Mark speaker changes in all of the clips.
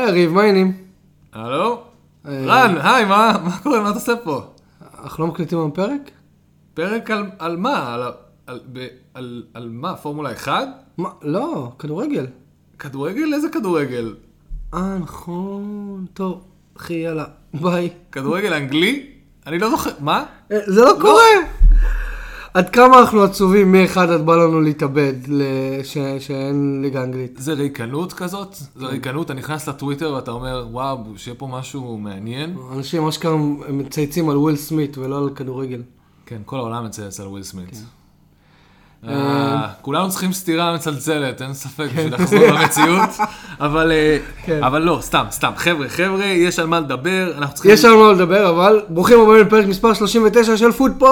Speaker 1: היי, יריב, מה העניינים?
Speaker 2: הלו? רן, היי, מה קורה? מה אתה עושה פה?
Speaker 1: אנחנו לא מקליטים היום פרק?
Speaker 2: פרק על מה? על מה? פורמולה 1?
Speaker 1: מה? לא, כדורגל.
Speaker 2: כדורגל? איזה כדורגל?
Speaker 1: נכון. טוב, אחי, יאללה, ביי.
Speaker 2: כדורגל אנגלי? אני לא זוכר, מה?
Speaker 1: זה לא קורה! עד כמה אנחנו עצובים מאחד עד בא לנו להתאבד שאין ליגה אנגלית.
Speaker 2: זה ריקנות כזאת? זה ריקנות, אתה נכנס לטוויטר ואתה אומר, וואו, שיהיה פה משהו מעניין.
Speaker 1: אנשים אשכרה מצייצים על וויל סמית ולא על כדורגל.
Speaker 2: כן, כל העולם מצייץ על וויל סמית. כולנו צריכים סתירה מצלצלת, אין ספק, בשביל לחזור למציאות, אבל לא, סתם, חבר'ה, יש על מה לדבר,
Speaker 1: יש על מה לדבר, אבל ברוכים הבאים לפרק מספר 39 של פוטפוד!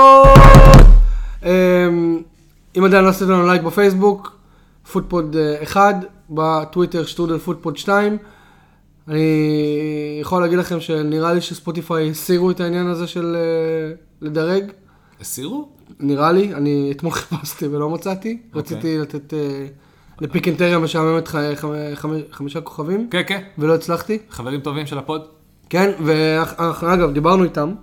Speaker 1: אם עדיין לא עשיתם לנו לייק בפייסבוק, פוטפוד 1, בטוויטר שטודל פוטפוד 2, אני יכול להגיד לכם שנראה לי שספוטיפיי הסירו את העניין הזה של לדרג.
Speaker 2: הסירו?
Speaker 1: נראה לי, אני אתמול חיפשתי ולא מצאתי. רציתי לתת לפיקנטריה משעממת 5 כוכבים.
Speaker 2: כן.
Speaker 1: ולא הצלחתי.
Speaker 2: חברים טובים של הפוד.
Speaker 1: כן, ואגב, דיברנו איתם.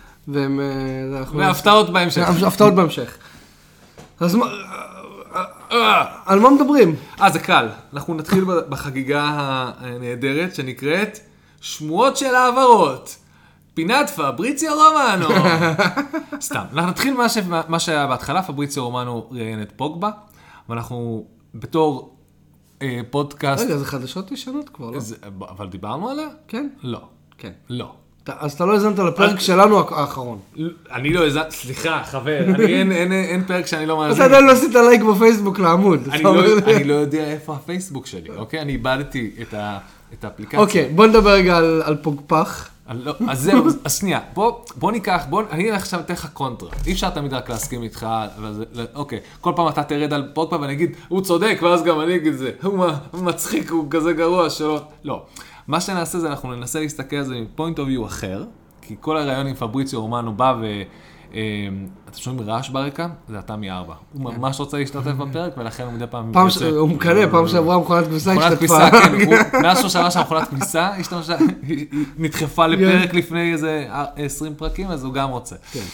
Speaker 2: והפתעות בהמשך.
Speaker 1: הפתעות בהמשך. אז על מה מדברים?
Speaker 2: זה קל. אנחנו נתחיל בחגיגה הנהדרת שנקראת שמועות של העברות. פינת פבריציו רומנו. סתם, אנחנו נתחיל מה שהיה בהתחלה, פבריציו רומנו ראיין את פוגבה, ואנחנו בתור פודקאסט...
Speaker 1: רגע, זה חדשות ישנות כבר, לא?
Speaker 2: אבל דיברנו עליה?
Speaker 1: כן.
Speaker 2: לא.
Speaker 1: כן.
Speaker 2: לא.
Speaker 1: אז אתה לא הזנת לפרק שלנו האחרון.
Speaker 2: אני לא הזנת, סליחה, חבר, אין פרק שאני לא מאזין.
Speaker 1: אתה עדיין לא עשית לייק בפייסבוק לעמוד.
Speaker 2: אני לא יודע איפה הפייסבוק שלי, אוקיי? אני איבדתי את האפליקציה.
Speaker 1: אוקיי, בוא נדבר רגע על פוגפח.
Speaker 2: אז זהו, אז שנייה, בוא ניקח, אני עכשיו אתן לך קונטרה. אי אפשר תמיד רק להסכים איתך, אוקיי, כל פעם אתה תרד על פוגבה ואני אגיד, הוא צודק, ואז גם אני אגיד זה, הוא מצחיק, הוא כזה גרוע שלא, לא. מה שנעשה זה, אנחנו ננסה להסתכל על זה מפוינט אוף ויו אחר, כי כל הרעיון עם פבריציו רומנו בא אתה שומעים רעש ברקע? זה אתה מ4. הוא ממש רוצה להשתתף בפרק, ולכן הוא מדי פעם...
Speaker 1: הוא מקנה, פעם שעברה מכונת כביסה השתתפה.
Speaker 2: מכונת כביסה, כן. מאז ששנה שהמכונת כביסה נדחפה לפרק לפני איזה 20 פרקים, אז הוא גם רוצה.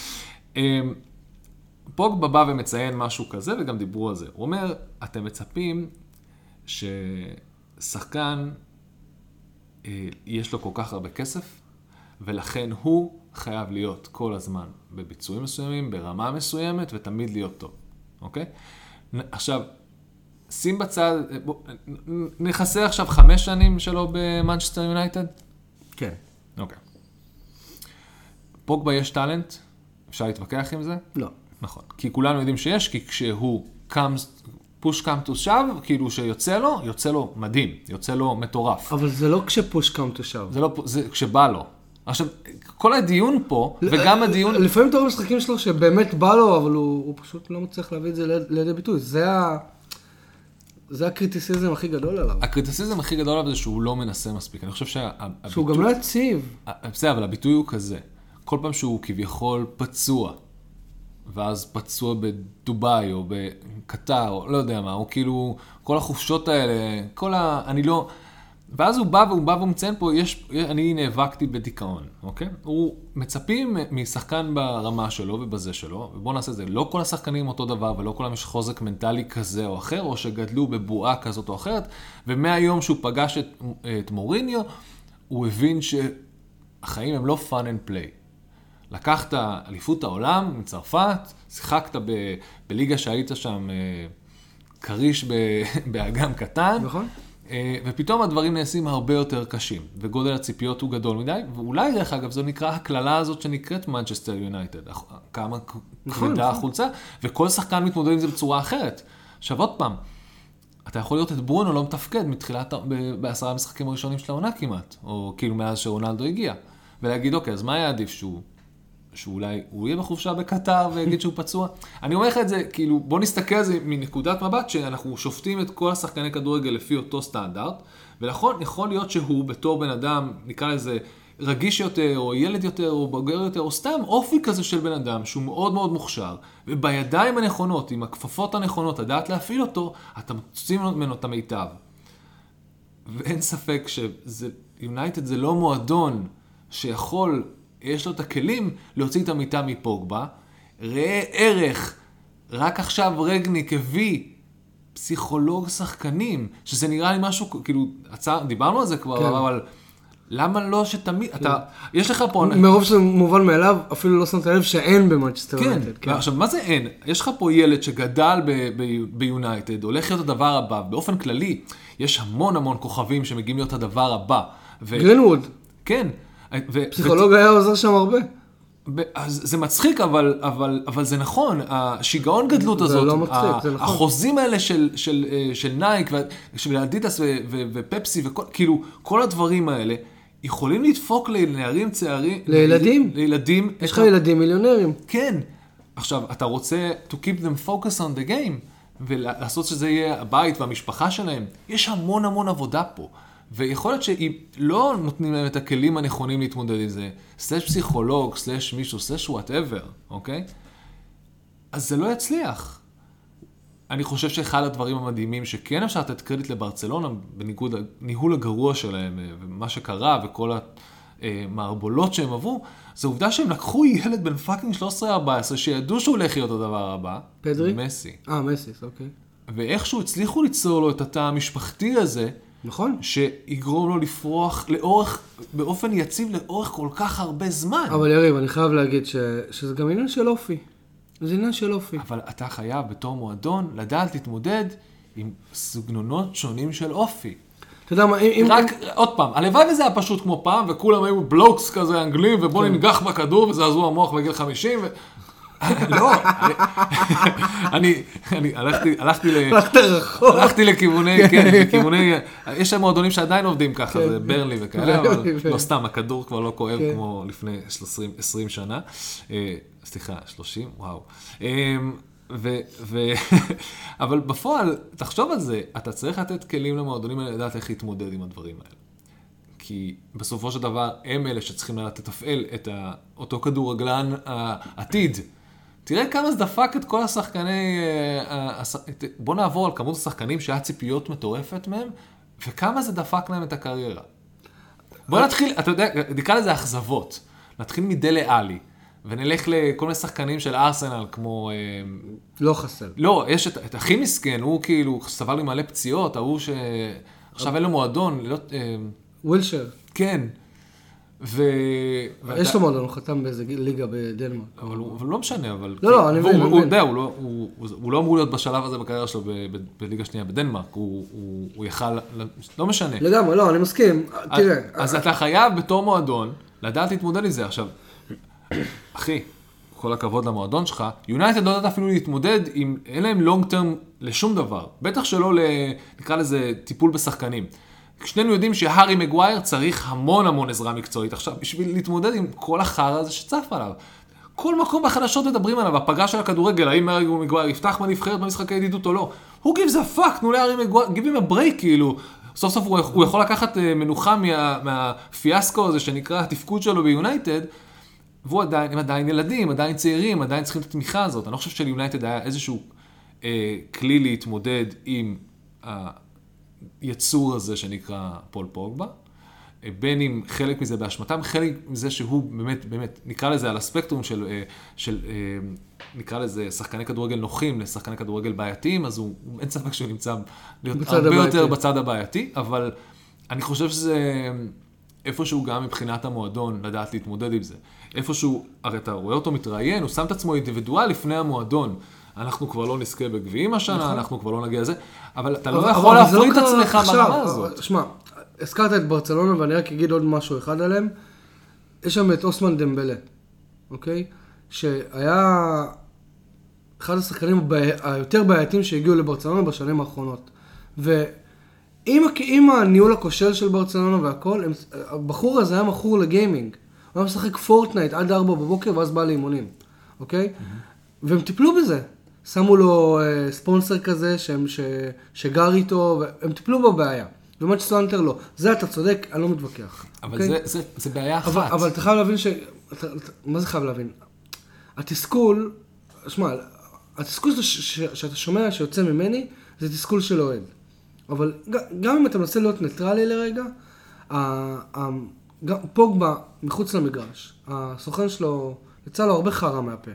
Speaker 2: פוגבה בא ומציין משהו כזה, וגם דיברו על זה. הוא אומר, אתם מצפים ששחקן יש לו כל כך הרבה כסף, ולכן הוא חייב להיות כל הזמן בביצועים מסוימים, ברמה מסוימת, ותמיד להיות טוב. אוקיי? עכשיו, שים בצד, נכסה עכשיו 5 שנים שלו במנצ'סטר יונייטד?
Speaker 1: כן.
Speaker 2: אוקיי. פוגבה יש טלנט? אפשר להתווכח עם זה?
Speaker 1: לא.
Speaker 2: נכון. כי כולנו יודעים שיש, כי כשהוא push come to shove, כאילו שיוצא לו מדהים, יוצא לו מטורף.
Speaker 1: אבל זה לא כשפוש קם to shove.
Speaker 2: זה כשבא לו. עכשיו, כל הדיון פה, וגם הדיון...
Speaker 1: לפעמים תראו משחקים שלו שבאמת בא לו, אבל הוא פשוט לא מצליח להביא את זה לידי ביטוי. זה הקריטיסיזם הכי גדול עליו.
Speaker 2: הקריטיסיזם הכי גדול עליו זה שהוא לא מנסה מספיק. אני חושב
Speaker 1: שהוא גם לא יציב.
Speaker 2: בסדר, אבל הביטוי הוא כזה. כל פעם שהוא כביכול פצוע, ואז פצוע בדובאי או בקטר, או לא יודע מה, או כאילו, כל החופשות האלה, אני לא... ואז הוא בא ומציין פה, אני נאבקתי בדיכאון, אוקיי? הוא מצפים משחקן ברמה שלו ובזה שלו, ובואו נעשה את זה, לא כל השחקנים אותו דבר, ולא כולם יש חוזק מנטלי כזה או אחר, או שגדלו בבועה כזאת או אחרת, ומהיום שהוא פגש את מוריניו, הוא הבין שהחיים הם לא fun and play. לקחת אליפות העולם מצרפת, שיחקת בליגה שהיית שם קריש באגם קטן,
Speaker 1: נכון.
Speaker 2: ופתאום הדברים נעשים הרבה יותר קשים, וגודל הציפיות הוא גדול מדי, ואולי דרך אגב זו נקרא הכללה הזאת שנקראת מנצ'סטר יונייטד, כמה כבדה החולצה, וכל שחקן מתמודד עם זה בצורה אחרת. עכשיו עוד פעם, אתה יכול להיות את ברונו לא מתפקד מתחילת, ב10 המשחקים הראשונים של העונה כמעט, או כאילו מאז שרונלדו הגיע, ולהגיד אוקיי, אז מה היה עדיף שאולי הוא יהיה בחופשה בקטר ויגיד שהוא פצוע. אני אומר לך את זה, כאילו, בוא נסתכל על זה מנקודת מבט שאנחנו שופטים את כל השחקני כדורגל לפי אותו סטנדרט, ולכן יכול להיות שהוא בתור בן אדם, נקרא לזה, רגיש יותר, או ילד יותר, או בוגר יותר, או סתם אופי כזה של בן אדם שהוא מאוד מאוד מוכשר, ובידיים הנכונות, עם הכפפות הנכונות, הדעת להפעיל אותו, אתה מוצאים ממנו את המיטב. ואין ספק שיונייטד זה לא מועדון שיכול, יש לו את הכלים להוציא את המיטה מפוגבה. ראה ערך, רק עכשיו רגניק הביא פסיכולוג שחקנים, שזה נראה לי משהו, כאילו, דיברנו על זה כבר, כן. אבל למה לא שתמיד, אתה, יש לך פה...
Speaker 1: מרוב שזה מובן מאליו, אפילו לא שמת לב שאין במנצ'סטר יונייטד.
Speaker 2: כן, עכשיו, מה זה אין? יש לך פה ילד שגדל ביונייטד, הולך להיות הדבר הבא, באופן כללי, יש המון המון כוכבים שמגיעים להיות הדבר הבא.
Speaker 1: גרינווד.
Speaker 2: כן.
Speaker 1: פסיכולוג היה עוזר שם הרבה.
Speaker 2: אז זה מצחיק, אבל זה נכון, השיגעון גדלות הזאת,
Speaker 1: זה לא מצחיק, זה נכון.
Speaker 2: החוזים האלה של נייק, של אדידס ופפסי, כאילו, כל הדברים האלה, יכולים לדפוק לנערים צעירים.
Speaker 1: לילדים.
Speaker 2: לילדים.
Speaker 1: יש לך ילדים מיליונרים.
Speaker 2: כן. עכשיו, אתה רוצה to keep them focus on the game, ולעשות שזה יהיה הבית והמשפחה שלהם. יש המון המון עבודה פה. ויכול להיות שאם לא נותנים להם את הכלים הנכונים להתמודד עם זה, סלש פסיכולוג, סלש מישהו, סלש whatever, אוקיי? אז זה לא יצליח. אני חושב שאחד הדברים המדהימים שכן אפשר לתת קרדיט לברצלונה, בניגוד לניהול הגרוע שלהם, ומה שקרה, וכל המערבולות שהם עברו, זה עובדה שהם לקחו ילד בן פאקינג 13-14, שידעו שהוא הולך להיות הדבר הבא.
Speaker 1: פדרי?
Speaker 2: מסי.
Speaker 1: מסי, אוקיי.
Speaker 2: ואיכשהו הצליחו ליצור לו את התא המשפחתי הזה,
Speaker 1: נכון.
Speaker 2: שיגרום לו לפרוח באופן יציב לאורך כל כך הרבה זמן.
Speaker 1: אבל יריב, אני חייב להגיד שזה גם עניין של אופי. זה עניין של אופי.
Speaker 2: אבל אתה חייב בתור מועדון לדעת להתמודד עם סגנונות שונים של אופי.
Speaker 1: אתה יודע מה,
Speaker 2: רק, עוד פעם, הלוואי וזה היה פשוט כמו פעם, וכולם היו בלוקס כזה אנגלים, ובוא ננגח בכדור וזעזו המוח בגיל 50, לא, אני הלכתי לכיווני, כן, לכיווני, יש שם מועדונים שעדיין עובדים ככה, זה ברלי וכאלה, אבל לא סתם, הכדור כבר לא כואב כמו לפני 20 שנה, סליחה, 30, וואו. אבל בפועל, תחשוב על זה, אתה צריך לתת כלים למועדונים האלה, לדעת איך להתמודד עם הדברים האלה. כי בסופו של דבר, הם אלה שצריכים לתפעל את אותו כדורגלן העתיד. תראה כמה זה דפק את כל השחקני, בוא נעבור על כמות השחקנים שהיה ציפיות מטורפת מהם, וכמה זה דפק להם את הקריירה. בוא נתחיל, אתה יודע, נקרא לזה אכזבות. נתחיל מדלה אלי, ונלך לכל מיני שחקנים של ארסנל, כמו...
Speaker 1: לא חסר.
Speaker 2: לא, יש את הכי מסכן, הוא כאילו סבל לי מלא פציעות, ההוא שעכשיו אין לו מועדון.
Speaker 1: ווילשר.
Speaker 2: כן.
Speaker 1: יש לו מועדון, הוא חתם באיזה ליגה בדנמרק.
Speaker 2: אבל לא משנה, אבל...
Speaker 1: לא, אני מבין.
Speaker 2: הוא לא אמור להיות בשלב הזה בקריירה שלו בליגה שנייה בדנמרק, הוא יכל... לא משנה.
Speaker 1: לגמרי, לא, אני מסכים. תראה.
Speaker 2: אז אתה חייב בתור מועדון לדעת להתמודד עם זה. עכשיו, אחי, כל הכבוד למועדון שלך, יונייטד לא יודעת אפילו להתמודד עם... אין להם לונג טרם לשום דבר. בטח שלא נקרא לזה טיפול בשחקנים. שנינו יודעים שהארי מגווייר צריך המון המון עזרה מקצועית עכשיו, בשביל להתמודד עם כל החרא הזה שצף עליו. כל מקום בחדשות מדברים עליו, הפגרה של הכדורגל, האם הארי מגווייר יפתח בנבחרת במשחקי ידידות או לא. הוא gives a fuck, תנו להארי מגווייר, give him a break כאילו. סוף סוף הוא יכול לקחת מנוחה מהפיאסקו הזה שנקרא התפקוד שלו ביונייטד, והוא עדיין ילדים, עדיין צעירים, עדיין צריכים את התמיכה הזאת. אני לא חושב שליונייטד היה איזשהו כלי להתמודד עם היצור הזה שנקרא פול פוגבה, בין אם חלק מזה באשמתם, חלק מזה שהוא באמת, נקרא לזה על הספקטרום של נקרא לזה שחקני כדורגל נוחים לשחקני כדורגל בעייתיים, אז אין ספק שהוא נמצא הרבה יותר בצד הבעייתי, אבל אני חושב שזה איפשהו גם מבחינת המועדון לדעת להתמודד עם זה. איפשהו, הרי אתה רואה אותו מתראיין, הוא שם את עצמו אינדיבידואל לפני המועדון. אנחנו כבר לא נזכה בגביעים השנה, אנחנו כבר לא נגיע לזה, אבל אתה לא יכול להפריד את עצמך ברמה הזאת.
Speaker 1: שמע, הזכרת את ברצלונה ואני רק אגיד עוד משהו אחד עליהם. יש שם את אוסמן דמבלה, אוקיי? שהיה אחד השחקנים היותר בעייתיים שהגיעו לברצלונה בשנים האחרונות. ועם הניהול הכושל של ברצלונה והכל, הבחור הזה היה מכור לגיימינג. הוא היה משחק פורטנייט עד 4 בבוקר ואז בא לאימונים, אוקיי? והם טיפלו בזה. שמו לו ספונסר כזה שגר איתו, והם טיפלו בבעיה. ומנצ'סטר יונייטד לא. זה אתה צודק, אני לא מתווכח.
Speaker 2: אבל זה בעיה אחת.
Speaker 1: אבל אתה חייב להבין מה זה חייב להבין? התסכול, שמע, התסכול שאתה שומע שיוצא ממני, זה תסכול של אוהד. אבל גם אם אתה מנסה להיות ניטרלי לרגע, פוגבה מחוץ למגרש, הסוכן שלו, יצא לו הרבה חרה מהפה.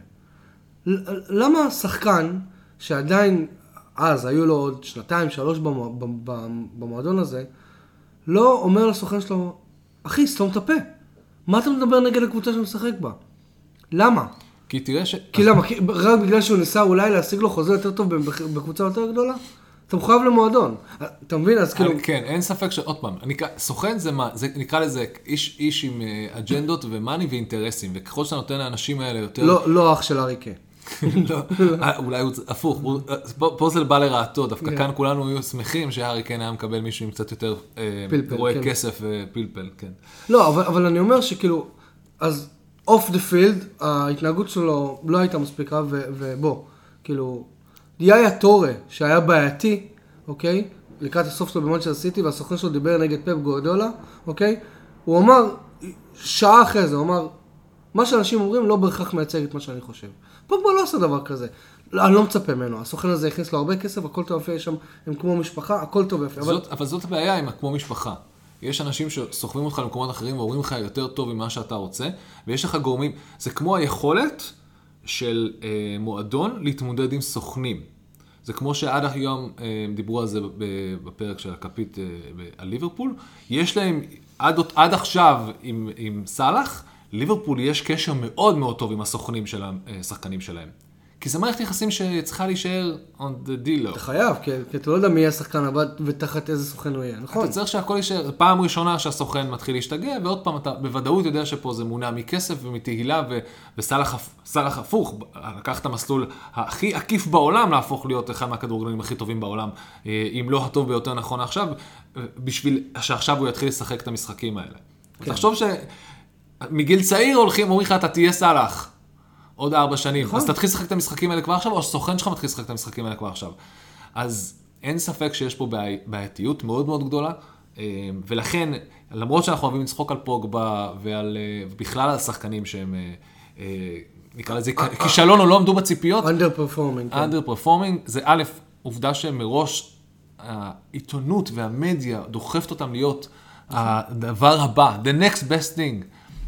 Speaker 1: למה שחקן שעדיין אז היו לו עוד 2-3 במועדון הזה, לא אומר לסוכן שלו, אחי, סתום את הפה. מה אתה מדבר נגד הקבוצה שמשחק בה? למה?
Speaker 2: כי תראה
Speaker 1: כי למה? רק בגלל שהוא ניסה אולי להשיג לו חוזה יותר טוב בקבוצה יותר גדולה? אתה מחויב למועדון. אתה מבין? אז כאילו...
Speaker 2: כן, אין ספק שעוד פעם, סוכן זה מה? נקרא לזה איש עם אג'נדות ומאני ואינטרסים, וככל שאתה נותן לאנשים האלה יותר...
Speaker 1: לא אח של אריקה.
Speaker 2: אולי הוא הפוך, פה זה בא לרעתו, דווקא כאן כולנו היו שמחים שהארי קיין היה מקבל מישהו עם קצת יותר רואה כסף ופלפל, כן.
Speaker 1: לא, אבל אני אומר שכאילו, אז אוף דה פילד, ההתנהגות שלו לא הייתה מספיקה, ובוא, כאילו, יאיה טורה, שהיה בעייתי, אוקיי? לקראת הסוף שלו במנצ'סטר סיטי, והסוכן שלו דיבר נגד פפ גוארדיולה, אוקיי? הוא אמר, שעה אחרי זה, הוא אמר, מה שאנשים אומרים לא בהכרח מייצג את מה שאני חושב. פוגבה לא עושה דבר כזה. אני לא מצפה ממנו. הסוכן הזה הכניס לו הרבה כסף, הכל טוב יפה, שם הם כמו משפחה, הכל טוב יפה.
Speaker 2: אבל זאת הבעיה עם כמו משפחה. יש אנשים שסוחבים אותך למקומות אחרים ואומרים לך יותר טוב ממה שאתה רוצה, ויש לך גורמים, זה כמו היכולת של מועדון להתמודד עם סוכנים. זה כמו שעד היום דיברו על זה בפרק של הכפית על ליברפול, יש להם עד עכשיו עם סלאח, ליברפול יש קשר מאוד מאוד טוב עם הסוכנים של השחקנים שלהם. כי זה מערכת יחסים שצריכה להישאר on the deal.
Speaker 1: אתה חייב, כי אתה לא יודע מי יהיה השחקן הבא ותחת איזה סוכן הוא יהיה, נכון?
Speaker 2: אתה צריך שהכל יישאר, פעם ראשונה שהסוכן מתחיל להשתגע, ועוד פעם אתה בוודאות יודע שפה זה מונע מכסף ומתהילה, וסלאח הפוך, לקח את המסלול הכי עקיף בעולם להפוך להיות אחד מהכדורגלנים הכי טובים בעולם, אם לא הטוב ביותר נכון עכשיו, בשביל שעכשיו הוא יתחיל לשחק את המשחקים האלה. תחשוב מגיל צעיר אומרים לך, אתה תהיה סלאח עוד 4 שנים. אז תתחיל לשחק את המשחקים האלה כבר עכשיו, או שסוכן שלך מתחיל לשחק את המשחקים האלה כבר עכשיו. אז אין ספק שיש פה בעייתיות מאוד מאוד גדולה, ולכן, למרות שאנחנו אוהבים לצחוק על פוגבה, ובכלל על השחקנים שהם, נקרא לזה, כישלון או לא עמדו בציפיות. underperforming, זה א', עובדה שמראש העיתונות והמדיה דוחפת אותם להיות הדבר הבא, the next best thing.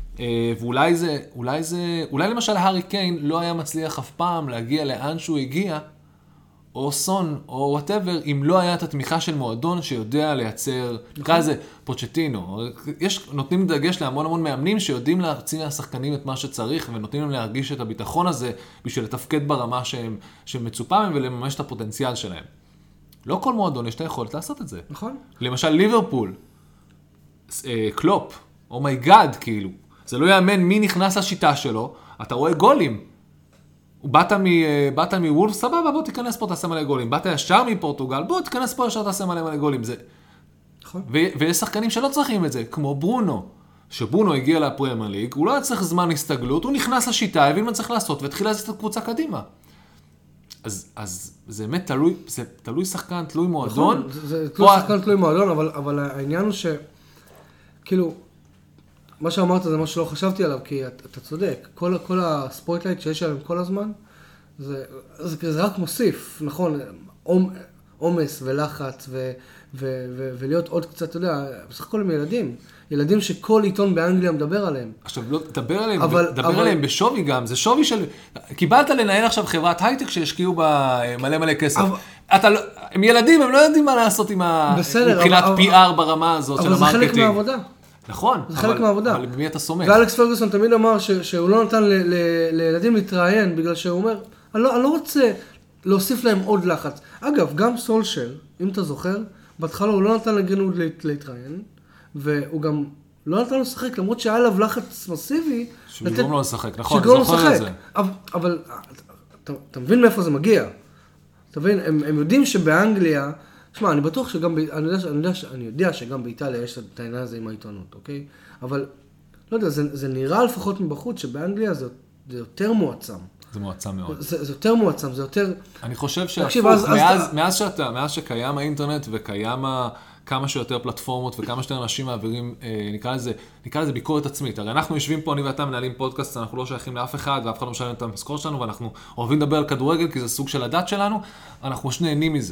Speaker 2: ואולי למשל הארי קיין לא היה מצליח אף פעם להגיע לאן שהוא הגיע, או סון, או whatever, אם לא היה את התמיכה של מועדון שיודע לייצר, נקרא לזה פוצ'טינו. נותנים דגש להמון המון מאמנים שיודעים להציע לשחקנים את מה שצריך, ונותנים להם להרגיש את הביטחון הזה, בשביל לתפקד ברמה שמצופה מהם ולממש את הפוטנציאל שלהם. לא כל מועדון יש את היכולת לעשות את זה.
Speaker 1: נכון.
Speaker 2: למשל ליברפול, קלופ, אומייגאד, כאילו. זה לא יאמן מי נכנס לשיטה שלו, אתה רואה גולים. באת מוולף, סבבה, בוא תיכנס פה, תעשה מלא גולים. באת ישר מפורטוגל, בוא תיכנס פה ישר, תעשה מלא גולים.
Speaker 1: נכון.
Speaker 2: ויש שחקנים שלא צריכים את זה, כמו ברונו. שברונו הגיע לפרמייר ליג, הוא לא היה צריך זמן הסתגלות, הוא נכנס לשיטה, הבין מה צריך לעשות, והתחיל להזיז את הקבוצה קדימה. אז זה באמת תלוי שחקן, תלוי מועדון.
Speaker 1: נכון, זה תלוי שחקן, תלוי מועדון, אבל העניין הוא כאילו, מה שאמרת זה מה שלא חשבתי עליו, כי אתה צודק. כל הספוטלייט שיש עליהם כל הזמן, זה רק מוסיף, נכון? עומס ולחץ ולהיות עוד קצת, אתה יודע, בסך הכל הם ילדים שכל עיתון באנגליה מדבר עליהם.
Speaker 2: עכשיו, לא, דבר עליהם בשווי גם, זה שווי של... קיבלת לנהל עכשיו חברת הייטק שהשקיעו בה מלא כסף. הם ילדים, הם לא יודעים מה לעשות עם מבחינת PR ברמה הזאת של המרקטינג.
Speaker 1: אבל זה חלק מהעבודה.
Speaker 2: נכון,
Speaker 1: זה חלק מהעבודה.
Speaker 2: אבל במי אתה סומך?
Speaker 1: ואלכס פרגוסון תמיד אמר שהוא לא נתן לילדים להתראיין, בגלל שהוא אומר, אני לא רוצה להוסיף להם עוד לחץ. אגב, גם סולשר, אם אתה זוכר, בהתחלה הוא לא נתן לגרינווד להתראיין, והוא גם לא נתן לו לשחק, למרות שהיה עליו לחץ מסיבי.
Speaker 2: שגרום לו לשחק, נכון, זוכר את זה.
Speaker 1: אבל אתה מבין מאיפה זה מגיע. אתה מבין, הם יודעים שבאנגליה, תשמע, אני בטוח שגם, אני יודע שגם באיטליה יש את העניין הזה עם העיתונות, אוקיי? אבל, לא יודע, זה נראה לפחות מבחוץ שבאנגליה זה יותר מועצם.
Speaker 2: זה מועצם מאוד.
Speaker 1: זה יותר מועצם, זה יותר...
Speaker 2: אני חושב מאז שקיים האינטרנט וקיים כמה שיותר פלטפורמות וכמה שיותר אנשים מעבירים, נקרא לזה ביקורת עצמית. הרי אנחנו יושבים פה, אני ואתה מנהלים פודקאסט, אנחנו לא שייכים לאף אחד, ואף אחד לא משלם את המשכורת שלנו, ואנחנו אוהבים לדבר על כדורגל, כי זה סוג של הדת שלנו, אנחנו נהנים מזה.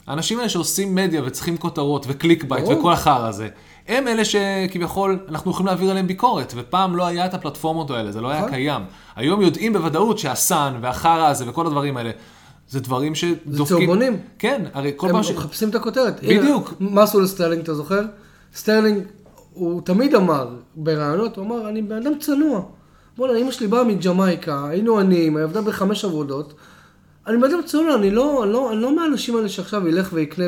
Speaker 2: האנשים האלה שעושים מדיה וצריכים כותרות וקליק בייט וכל החר הזה, הם אלה שכביכול אנחנו יכולים להעביר עליהם ביקורת, ופעם לא היה את הפלטפורמות האלה, זה לא היה קיים. היום יודעים בוודאות שהסן והחרה הזה וכל הדברים האלה, זה דברים שדופקים.
Speaker 1: זה צהובונים.
Speaker 2: כן, הרי כל
Speaker 1: הם
Speaker 2: פעם
Speaker 1: מחפשים את הכותרת.
Speaker 2: בדיוק.
Speaker 1: מה עשו לסטרלינג, אתה זוכר? סטרלינג, הוא תמיד אמר ברעיונות, הוא אמר, אני בן אדם צנוע. בוא'נה, אמא שלי באה מג'מייקה, היינו עניים, עבדה ב5 עבודות. אני בן אדם צנוע, אני לא מהאנשים האלה שעכשיו ילך ויקנה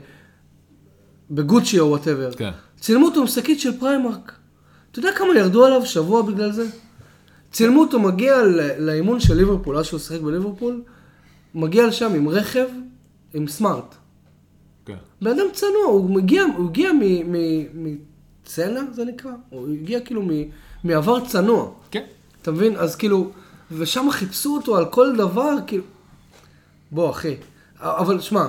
Speaker 1: בגוצ'י או whatever.
Speaker 2: כן.
Speaker 1: צילמו אותו עם שקית של פריימרק. אתה יודע כמה ירדו עליו שבוע בגלל זה? צילמו אותו מגיע לאימון של ליברפול, אז שהוא שחק בליברפול, מגיע לשם עם רכב, עם סמארט.
Speaker 2: כן.
Speaker 1: בן אדם צנוע, הוא הגיע מצנע, זה נקרא? הוא הגיע כאילו מעבר צנוע.
Speaker 2: כן.
Speaker 1: אתה מבין? אז כאילו, ושם חיפשו אותו על כל דבר, כאילו... בוא, אחי. אבל שמע,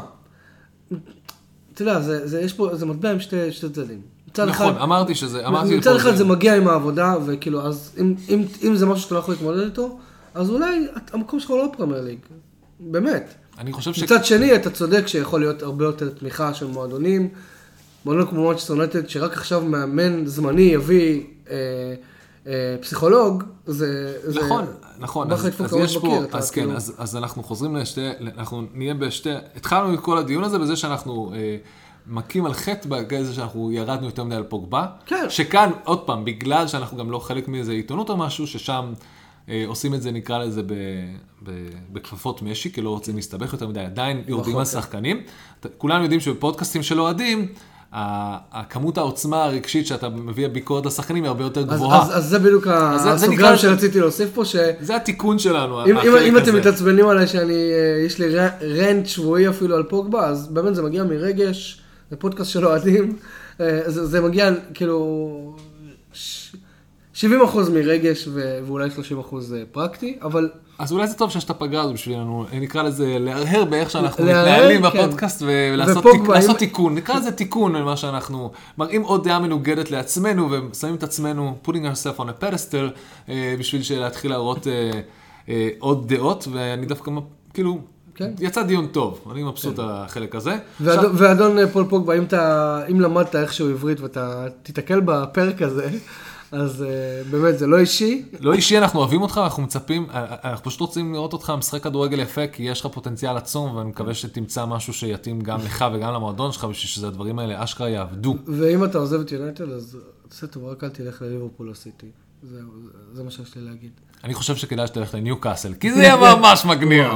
Speaker 1: אתה יודע, יש פה, זה מטבע עם שתי צדדים.
Speaker 2: נכון, אמרתי שזה,
Speaker 1: מצד אחד זה מגיע עם העבודה, וכאילו, אז אם זה משהו שאתה לא יכול להתמודד איתו, אז אולי המקום שלך לא פרמייר ליג. באמת.
Speaker 2: אני חושב
Speaker 1: מצד שני, אתה צודק שיכול להיות הרבה יותר תמיכה של מועדונים, מועדון כמו מנצ'סטר יונייטד, שרק עכשיו מאמן זמני יביא פסיכולוג, זה...
Speaker 2: נכון, אז יש פה, אז כן, אז אנחנו חוזרים אנחנו נהיה התחלנו את כל הדיון הזה בזה שאנחנו מכים על חטא בגלל שאנחנו ירדנו יותר מדי על פוגבה, שכאן, עוד פעם, בגלל שאנחנו גם לא חלק מאיזה עיתונות או משהו, ששם עושים את זה, נקרא לזה בכפפות משי, כי לא רוצים להסתבך יותר מדי, עדיין יורדים על שחקנים. כולנו יודעים שבפודקאסטים של אוהדים, הכמות העוצמה הרגשית שאתה מביא ביקורת לשחקנים היא הרבה יותר גבוהה.
Speaker 1: אז זה בדיוק הסוגריים שרציתי להוסיף פה,
Speaker 2: זה התיקון שלנו.
Speaker 1: אם אתם מתעצבנים עליי שיש לי רנט שבועי אפילו על פוגבה, אז באמת זה מגיע מרגש, זה פודקאסט של אוהדים, זה מגיע כאילו 70% מרגש ואולי 30% פרקטי, אבל... אז
Speaker 2: אולי זה טוב שיש את הפגרה הזו בשבילנו, נקרא לזה להרהר באיך שאנחנו מתנהלים בפודקאסט ולעשות תיקון, נקרא לזה תיקון למה שאנחנו מראים עוד דעה מנוגדת לעצמנו ושמים את עצמנו, putting ourselves on a pedestal, בשביל להתחיל להראות עוד דעות, ואני דווקא כאילו... יצא דיון טוב, אני מבסוט על החלק הזה.
Speaker 1: ואדון פול פוגבה, אם למדת איכשהו עברית ואתה תתקל בפרק הזה, אז באמת זה לא אישי.
Speaker 2: לא אישי, אנחנו אוהבים אותך, אנחנו מצפים, אנחנו פשוט רוצים לראות אותך משחק כדורגל יפה, כי יש לך פוטנציאל עצום, ואני מקווה שתמצא משהו שיתאים גם לך וגם למועדון שלך, בשביל שזה הדברים האלה אשכרה יעבדו.
Speaker 1: ואם אתה עוזב את יונייטד, אז תעשה טוב, רק אל תלך לליברפול או סיטי. זה מה שיש לי להגיד.
Speaker 2: אני חושב שכדאי שתלך לניו קאסל, כי זה יהיה ממש מגניב.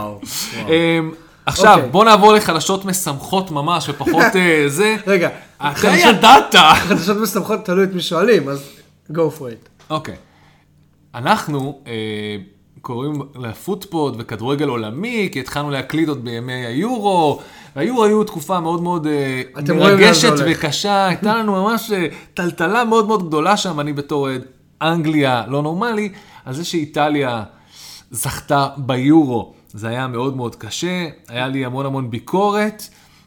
Speaker 2: עכשיו, בוא נעבור לחדשות משמחות ממש, ופחות זה.
Speaker 1: רגע.
Speaker 2: אתה ידעת.
Speaker 1: חדשות משמחות תלוי את מי שואלים, אז go for it.
Speaker 2: אוקיי. אנחנו קוראים לפוטפוד וכדורגל עולמי, כי התחלנו להקליט עוד בימי היורו, והיורו היו תקופה מאוד מאוד מרגשת וקשה, הייתה לנו ממש טלטלה מאוד מאוד גדולה שם, אני בתור אנגליה לא נורמלי, על זה שאיטליה זכתה ביורו, זה היה מאוד מאוד קשה, היה לי המון ביקורת.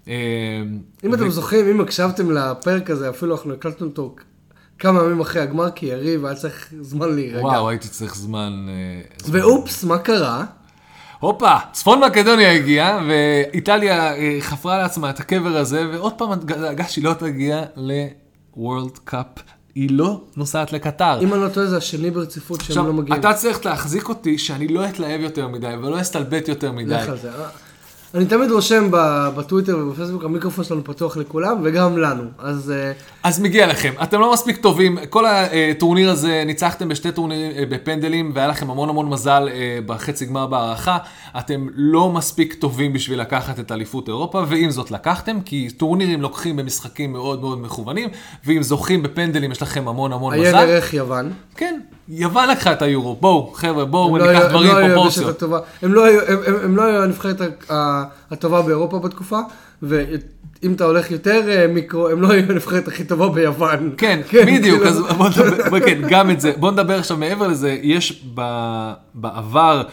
Speaker 1: אם אתם זוכרים, אם הקשבתם לפרק הזה, אפילו אנחנו הקלטנו אותו כמה ימים אחרי הגמר, כי יריב היה צריך זמן להירגע.
Speaker 2: וואו, הייתי צריך זמן.
Speaker 1: ואופס, מה קרה?
Speaker 2: הופה, צפון מקדוניה הגיעה, ואיטליה חפרה לעצמה את הקבר הזה, ועוד פעם הדאגה שהיא לא תגיע לוורלד קאפ. היא לא נוסעת לקטר.
Speaker 1: אם אני לא טועה, זה השני ברציפות שהם לא מגיעים.
Speaker 2: אתה צריך להחזיק אותי שאני לא אתלהב יותר מדי, ולא אסתלבט יותר מדי.
Speaker 1: לך על זה. אני תמיד רושם בטוויטר ובפייסבוק, המיקרופון שלנו פתוח לכולם, וגם לנו.
Speaker 2: אז מגיע לכם. אתם לא מספיק טובים. כל הטורניר הזה ניצחתם בשתי טורנירים בפנדלים, והיה לכם המון מזל בחצי גמר בהערכה. אתם לא מספיק טובים בשביל לקחת את אליפות אירופה, ועם זאת לקחתם, כי טורנירים לוקחים במשחקים מאוד מאוד מכוונים, ואם זוכים בפנדלים יש לכם המון מזל.
Speaker 1: היה דרך יוון. כן.
Speaker 2: יוון לקחה את היורו. בואו, חבר'ה, בואו ניקח דברים פרופורציות.
Speaker 1: הם לא היו הנבחרת הטובה באירופה בתקופה, ואם אתה הולך יותר מיקרו, הם לא היו הנבחרת הכי טובה ביוון.
Speaker 2: כן, בדיוק, אז בוא נדבר, גם את זה. בוא נדבר עכשיו מעבר לזה, יש בעבר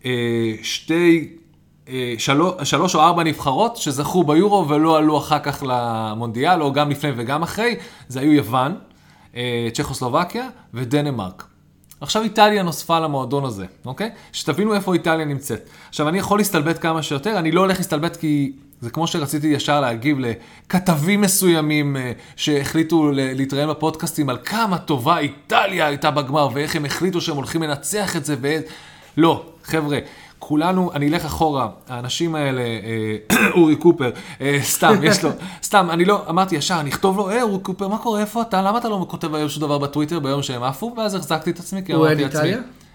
Speaker 2: שלוש או 4 נבחרות שזכו ביורו ולא עלו אחר כך למונדיאל, או גם לפני וגם אחרי, זה היו יוון, צ'כוסלובקיה ודנמרק. עכשיו איטליה נוספה למועדון הזה, אוקיי? שתבינו איפה איטליה נמצאת. עכשיו אני יכול להסתלבט כמה שיותר, אני לא הולך להסתלבט כי זה כמו שרציתי ישר להגיב לכתבים מסוימים שהחליטו להתראיין בפודקאסטים על כמה טובה איטליה הייתה בגמר, ואיך הם החליטו שהם הולכים לנצח את זה, לא, חבר'ה, כולנו, אני אלך אחורה, האנשים האלה, אורי קופר, סתם, יש לו, סתם, אני לא, אמרתי ישר, אני אכתוב לו, אורי קופר, מה קורה, איפה אתה? למה אתה לא כותב היום שום דבר בטוויטר ביום שהם עפו? ואז החזקתי את עצמי, כי אמרתי לעצמי.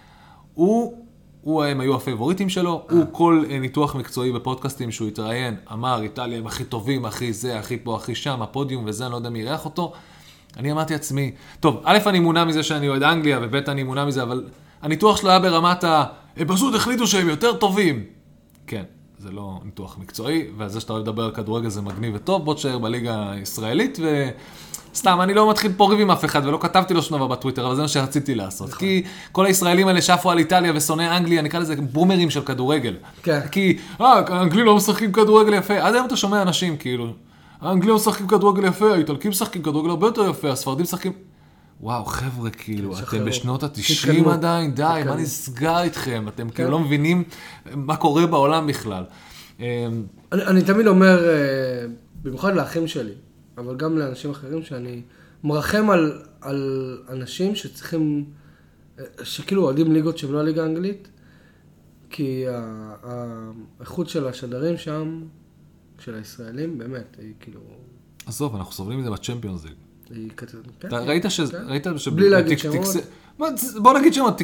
Speaker 2: הם היו הפייבוריטים שלו, הוא כל ניתוח מקצועי בפודקאסטים שהוא התראיין, אמר, איטליה הם הכי טובים, הכי זה, הכי פה, הכי שם, הפודיום וזה, אני לא יודע מי ירח אותו. אני אמרתי לעצמי, טוב, א' אני מונע מזה שאני אוהד אנגליה, וב' אני מונע מזה, אבל הניתוח שלו היה ברמת הם פשוט החליטו שהם יותר טובים. כן, זה לא ניתוח מקצועי, וזה שאתה אוהב לדבר על כדורגל זה מגניב וטוב, בוא תשאר בליגה הישראלית, סתם, אני לא מתחיל פה ריב עם אף אחד, ולא כתבתי לו שום דבר בטוויטר, אבל זה מה שרציתי לעשות. כי כל הישראלים האלה שפו על איטליה ושונאי אנגליה, נקרא לזה בומרים של כדורגל. כי, האנגלים לא משחקים כדורגל יפה. עד היום אתה שומע אנשים, כאילו, האנגלים משחקים כדורגל יפה, האיטלקים משחקים כדורגל הרבה יותר יפה, הספרדים משחקים... וואו, חבר'ה, כאילו, אתם בשנות ה-90 עדיין, די, מה נסגר איתכם? אתם כאילו לא מבינים מה קורה בעולם בכלל.
Speaker 1: אני תמיד אומר, במיוחד לאחים שלי, אבל גם לאנשים אחרים, שאני מרחם על אנשים שצריכים, שכאילו אוהדים ליגות שהם לא הליגה האנגלית, כי האיכות של השדרים שם, של הישראלים, באמת, היא כאילו...
Speaker 2: עזוב, אנחנו סובלים מזה בצ'מפיונס ליג.
Speaker 1: ראית
Speaker 2: בלי להגיד שמות? בוא נגיד שמות,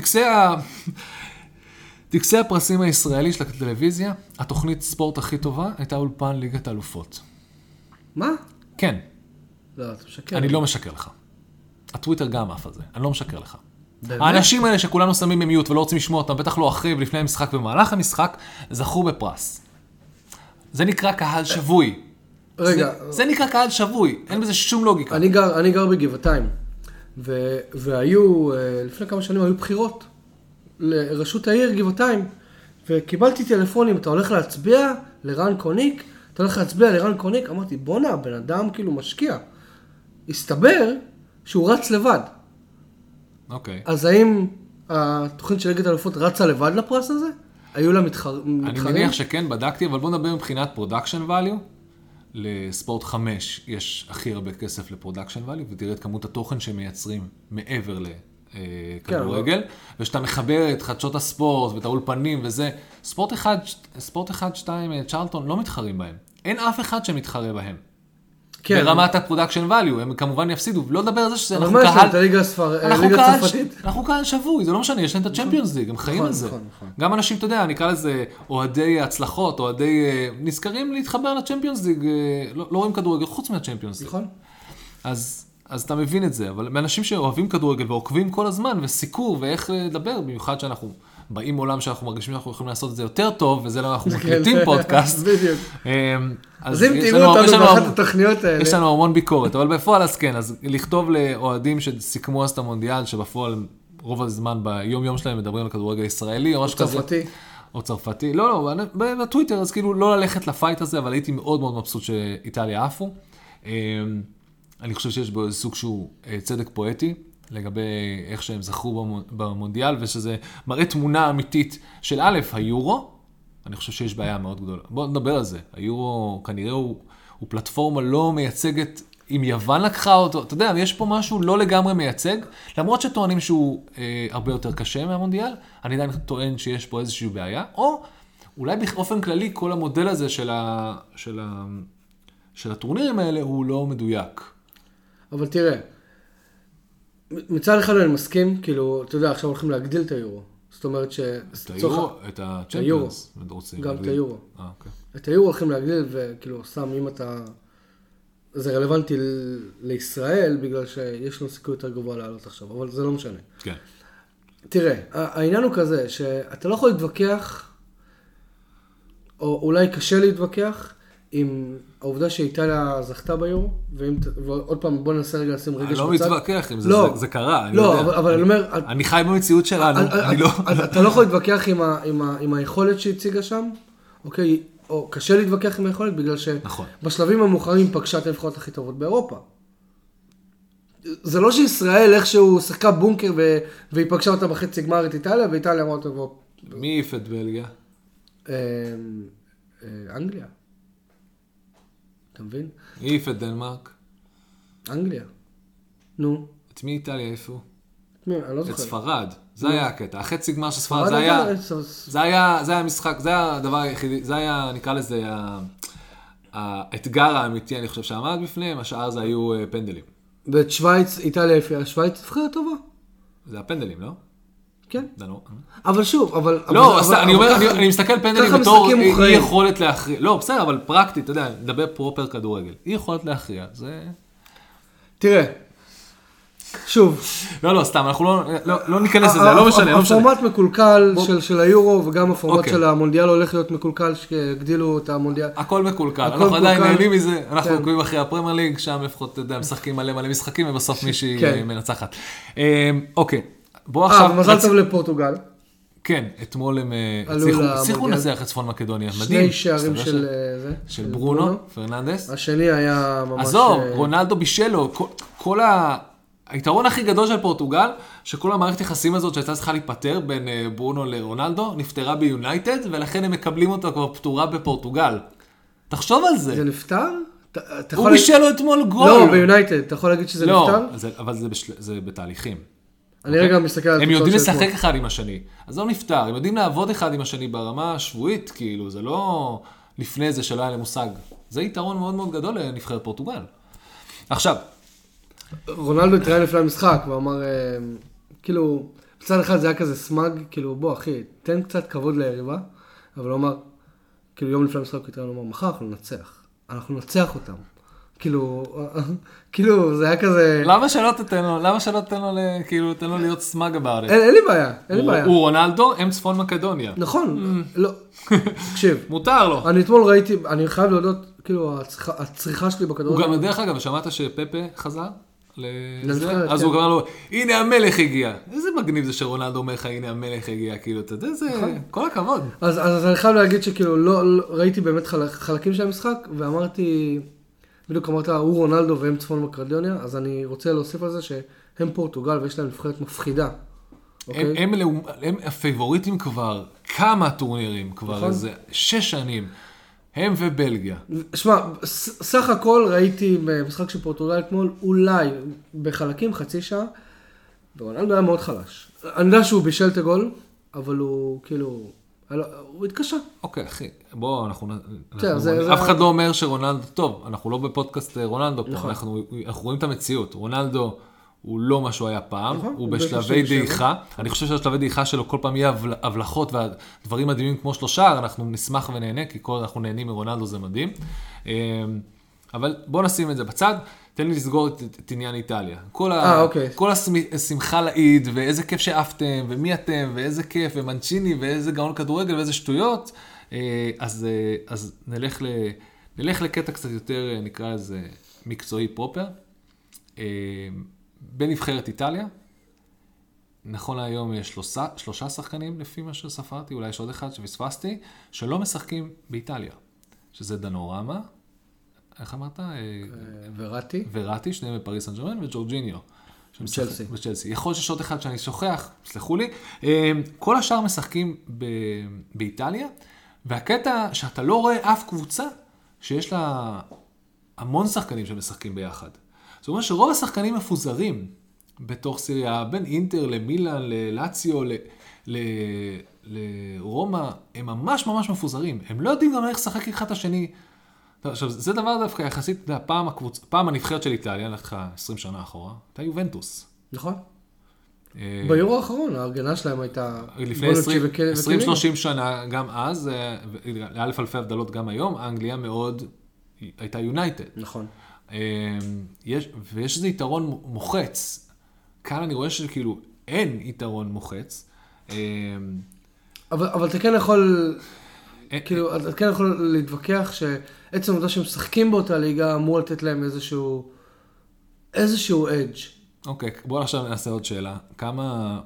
Speaker 2: טקסי הפרסים הישראלי של הטלוויזיה, התוכנית ספורט הכי טובה, הייתה אולפן ליגת האלופות.
Speaker 1: מה?
Speaker 2: כן.
Speaker 1: לא, אתה משקר.
Speaker 2: אני לא משקר לך. הטוויטר גם אף הזה, אני לא משקר לך. האנשים האלה שכולנו שמים במיוט ולא רוצים לשמוע אותם, בטח לא אחרי ולפני המשחק במהלך המשחק, זכו בפרס. זה נקרא קהל שבוי.
Speaker 1: רגע.
Speaker 2: זה נקרא קהל שבוי, אין בזה שום לוגיקה.
Speaker 1: אני גר בגבעתיים, והיו, לפני כמה שנים היו בחירות לראשות העיר גבעתיים, וקיבלתי טלפונים, אתה הולך להצביע לרן קוניק? אתה הולך להצביע לרן קוניק? אמרתי, בונה, הבן אדם כאילו משקיע. הסתבר שהוא רץ לבד.
Speaker 2: אוקיי.
Speaker 1: אז האם התוכנית של ליגת האלופות רצה לבד לפרס הזה? היו לה מתחרים?
Speaker 2: אני מניח שכן, בדקתי, אבל בוא נדבר מבחינת פרודקשן ואליו. לספורט 5 יש הכי הרבה כסף לפרודקשן ואליו, ותראה את כמות התוכן שהם מייצרים מעבר לכדורגל, ושאתה מחבר את חדשות הספורט ואת האולפנים וזה, ספורט 1, 2, צ'רלטון לא מתחרים בהם. אין אף אחד שמתחרה בהם. ברמת הפרודקשן ואליו, הם כמובן יפסידו, ולא לדבר על זה שזה אנחנו קהל שבוי, זה לא משנה, יש להם את הצ'מפיונס ליג, הם חיים על זה. גם אנשים, אתה יודע, נקרא לזה אוהדי הצלחות, אוהדי נזכרים להתחבר לצ'מפיונס ליג, לא רואים כדורגל חוץ מהצ'מפיונס ליג. אז אתה מבין את זה, אבל מאנשים שאוהבים כדורגל ועוקבים כל הזמן, וסיקור ואיך לדבר, במיוחד שאנחנו באים עולם שאנחנו מרגישים שאנחנו יכולים לעשות את זה יותר טוב, וזה למה אנחנו מקליטים פודקאסט.
Speaker 1: בדיוק. אז אם תראו אותנו באחת התוכניות האלה.
Speaker 2: יש לנו המון ביקורת, אבל בפועל אז כן, אז לכתוב לאוהדים שסיכמו אז את המונדיאל, שבפועל רוב הזמן ביום יום שלהם מדברים על כדורגל ישראלי, או משהו כזה. או צרפתי. לא, בטוויטר, אז כאילו לא ללכת לפייט הזה, אבל הייתי מאוד מאוד מבסוט שאיטליה עפו. אני חושב שיש בו איזה סוג שהוא צדק פואטי, לגבי איך שהם זכרו במונדיאל, ושזה מראה תמונה אמיתית של א', היורו, אני חושב שיש בעיה מאוד גדולה. בואו נדבר על זה. היורו כנראה הוא פלטפורמה לא מייצגת, אם יוון לקחה אותו, אתה יודע, יש פה משהו לא לגמרי מייצג, למרות שטוענים שהוא הרבה יותר קשה מהמונדיאל, אני עדיין טוען שיש פה איזושהי בעיה, או אולי באופן כללי כל המודל הזה של הטורנירים האלה הוא לא מדויק.
Speaker 1: אבל תראה, מצד אחד אני מסכים, כאילו, אתה יודע, עכשיו הולכים להגדיל את היורו. זאת אומרת ש...
Speaker 2: את הצ'מפיונס,
Speaker 1: גם את היורו. את היורו הולכים להגדיל, וכאילו, סתם, אם אתה... זה רלוונטי לישראל, בגלל שיש לנו סיכוי יותר גבוה לעלות עכשיו, אבל זה לא משנה.
Speaker 2: כן.
Speaker 1: תראה, העניין הוא כזה, שאתה לא יכול להתווכח, או אולי קשה להתווכח, עם העובדה שאיטליה זכתה ביורו, ועוד פעם בוא ננסה רגע לשים רגע
Speaker 2: אני לא מתווכח עם זה, זה קרה.
Speaker 1: לא, אבל אני אומר...
Speaker 2: אני חי במציאות שלנו, אני לא...
Speaker 1: אתה לא יכול להתווכח עם היכולת שהציגה שם, אוקיי? או קשה להתווכח עם היכולת, בגלל שבשלבים המאוחרים פגשה את הנבחרות הכי טובות באירופה. זה לא שישראל איכשהו שחקה בונקר והיא פגשה אותה בחצי גמר את איטליה, ואיטליה אמרה אותה...
Speaker 2: מי העיף את בלגיה?
Speaker 1: אנגליה. אתה מבין?
Speaker 2: העיף את דנמרק.
Speaker 1: אנגליה. נו.
Speaker 2: את מי איטליה העיפו?
Speaker 1: אני לא זוכר.
Speaker 2: את ספרד. זה היה הקטע. החצי גמר של ספרד,
Speaker 1: ספרד
Speaker 2: זה היה המשחק, זה היה הדבר היחידי, זה היה, נקרא לזה, האתגר האמיתי, אני חושב, שעמד בפניהם, השאר זה היו פנדלים.
Speaker 1: ואת שוויץ, איטליה הפיעה, שוויץ נבחרת טובה.
Speaker 2: זה הפנדלים, לא?
Speaker 1: כן.
Speaker 2: זה לא.
Speaker 1: אבל שוב,
Speaker 2: לא, אני מסתכל פנדלים בתור אי יכולת להכריע. לא, בסדר, אבל פרקטית, אתה יודע, נדבר פרופר כדורגל. אי יכולת להכריע, זה...
Speaker 1: תראה, שוב.
Speaker 2: לא, סתם, אנחנו לא ניכנס לזה, לא משנה.
Speaker 1: הפורמט מקולקל של היורו, וגם הפורמט של המונדיאל הולך להיות מקולקל, שהגדילו את המונדיאל.
Speaker 2: הכל מקולקל, אנחנו עדיין נהנים מזה, אנחנו עוקבים אחרי הפרמייר ליג, שם לפחות, אתה יודע, משחקים מלא משחקים, ובסוף מישהי מנצחת. אוקיי, בוא עכשיו...
Speaker 1: ומזל טוב לפורטוגל.
Speaker 2: כן, אתמול הם הצליחו לנצח את צפון מקדוניה, מדהים.
Speaker 1: שני שערים
Speaker 2: של ברונו פרננדס.
Speaker 1: השני היה ממש...
Speaker 2: עזוב, רונלדו בישלו, כל היתרון הכי גדול של פורטוגל, שכל המערכת יחסים הזאת שהייתה צריכה להיפטר בין ברונו לרונלדו, נפטרה ביונייטד, ולכן הם מקבלים אותה כבר פתורה בפורטוגל. תחשוב על זה.
Speaker 1: זה נפטר?
Speaker 2: הוא בישל לו אתמול גול.
Speaker 1: לא, ביונייטד. אתה יכול להגיד שזה נפטר?
Speaker 2: לא, אבל זה בתהליכים.
Speaker 1: אני רגע מסתכל על...
Speaker 2: הם יודעים לשחק אחד עם השני. אז זה לא נפטר. הם יודעים לעבוד אחד עם השני ברמה השבועית, כאילו, זה לא לפני זה שלא היה למושג. זה יתרון מאוד מאוד גדול לנבחרת פורטוגל. עכשיו,
Speaker 1: רונלדו התראיין לפני המשחק, ואמר, כאילו, בצד אחד זה היה כזה סמג, כאילו, בוא אחי, תן קצת כבוד ליריבה, אבל הוא אמר, כאילו, יום לפני המשחק הוא התראיין, הוא אמר, מחר אנחנו ננצח אותם. כאילו, זה היה כזה...
Speaker 2: למה שלא תתן לו, כאילו, תן לו להיות סמג about it?
Speaker 1: אין לי בעיה.
Speaker 2: הוא רונלדו, הם צפון מקדוניה.
Speaker 1: נכון, לא. תקשיב.
Speaker 2: מותר לו.
Speaker 1: אני אתמול ראיתי, אני חייב להודות, כאילו, הצריכה שלי בכדורגל.
Speaker 2: הוא גם דרך אגב, שמעת שפפה חזר? אז הוא אמר לו, הנה המלך הגיע. איזה מגניב זה שרונלדו אומר לך, הנה המלך הגיע, כאילו, אתה יודע, זה כל הכבוד.
Speaker 1: אז אני חייב להגיד שכאילו, לא ראיתי באמת חלקים של המשחק, ואמרתי, בדיוק אמרת, הוא רונלדו והם צפון מקדוניה, אז אני רוצה להוסיף על זה שהם פורטוגל ויש להם נבחרת מפחידה.
Speaker 2: הם הפייבוריטים כבר, כמה טורנירים כבר, איזה 6 שנים. הם ובלגיה.
Speaker 1: שמע, סך הכל ראיתי במשחק של פורטוגל אתמול, אולי בחלקים חצי שעה, ורונלדו היה מאוד חלש. אני יודע שהוא בישל את הגול, אבל הוא כאילו, הוא התקשה.
Speaker 2: אוקיי, אחי, בוא, אף אחד לא אומר שרונלדו, טוב, אנחנו לא בפודקאסט רונלדו פה, אנחנו רואים את המציאות. רונלדו הוא לא מה שהוא היה פעם, הוא בשלבי דעיכה. אני חושב שהשלבי דעיכה שלו כל פעם יהיה הבלחות והדברים מדהימים כמו שלושה, אנחנו נשמח ונהנה, כי כל אנחנו נהנים מרונלדו, זה מדהים. אבל בוא נשים את זה בצד, תן לי לסגור את עניין איטליה. כל השמחה לעיד, ואיזה כיף שאפתם, ומי אתם, ואיזה כיף, ומנצ'יני, ואיזה גאון כדורגל, ואיזה שטויות. אז נלך לקטע קצת יותר, נקרא לזה מקצועי פרופר. בנבחרת איטליה, נכון להיום יש 3 שחקנים לפי מה שספרתי, אולי יש עוד אחד שפספסתי, שלא משחקים באיטליה, שזה דנורמה, איך אמרת? וראטי, שניהם בפריס סן ז'רמן, וג'ורג'יניו. בצ'לסי. יכול שיש עוד אחד שאני שוכח, סלחו לי. כל השאר משחקים באיטליה, והקטע שאתה לא רואה אף קבוצה שיש לה המון שחקנים שמשחקים ביחד. זאת אומרת שרוב השחקנים מפוזרים בתוך סיריה, בין אינטר למילאן, ללאציו, לרומא, הם ממש ממש מפוזרים. הם לא יודעים גם איך לשחק אחד את השני. עכשיו, זה דבר דווקא יחסית, פעם הנבחרת של איטליה, הלכת 20 שנה אחורה, הייתה יובנטוס.
Speaker 1: נכון. ביורו האחרון, ההרגנה שלהם הייתה...
Speaker 2: לפני 20-30 שנה, גם אז, לאלף אלפי הבדלות גם היום, האנגליה מאוד הייתה יונייטד.
Speaker 1: נכון.
Speaker 2: ויש איזה יתרון מוחץ. כאן אני רואה שכאילו אין יתרון מוחץ.
Speaker 1: אבל אתה כן יכול, כאילו, אתה כן יכול להתווכח שעצם העובדה שהם משחקים באותה ליגה אמור לתת להם איזשהו אדג'.
Speaker 2: אוקיי, בואו עכשיו נעשה עוד שאלה. כמה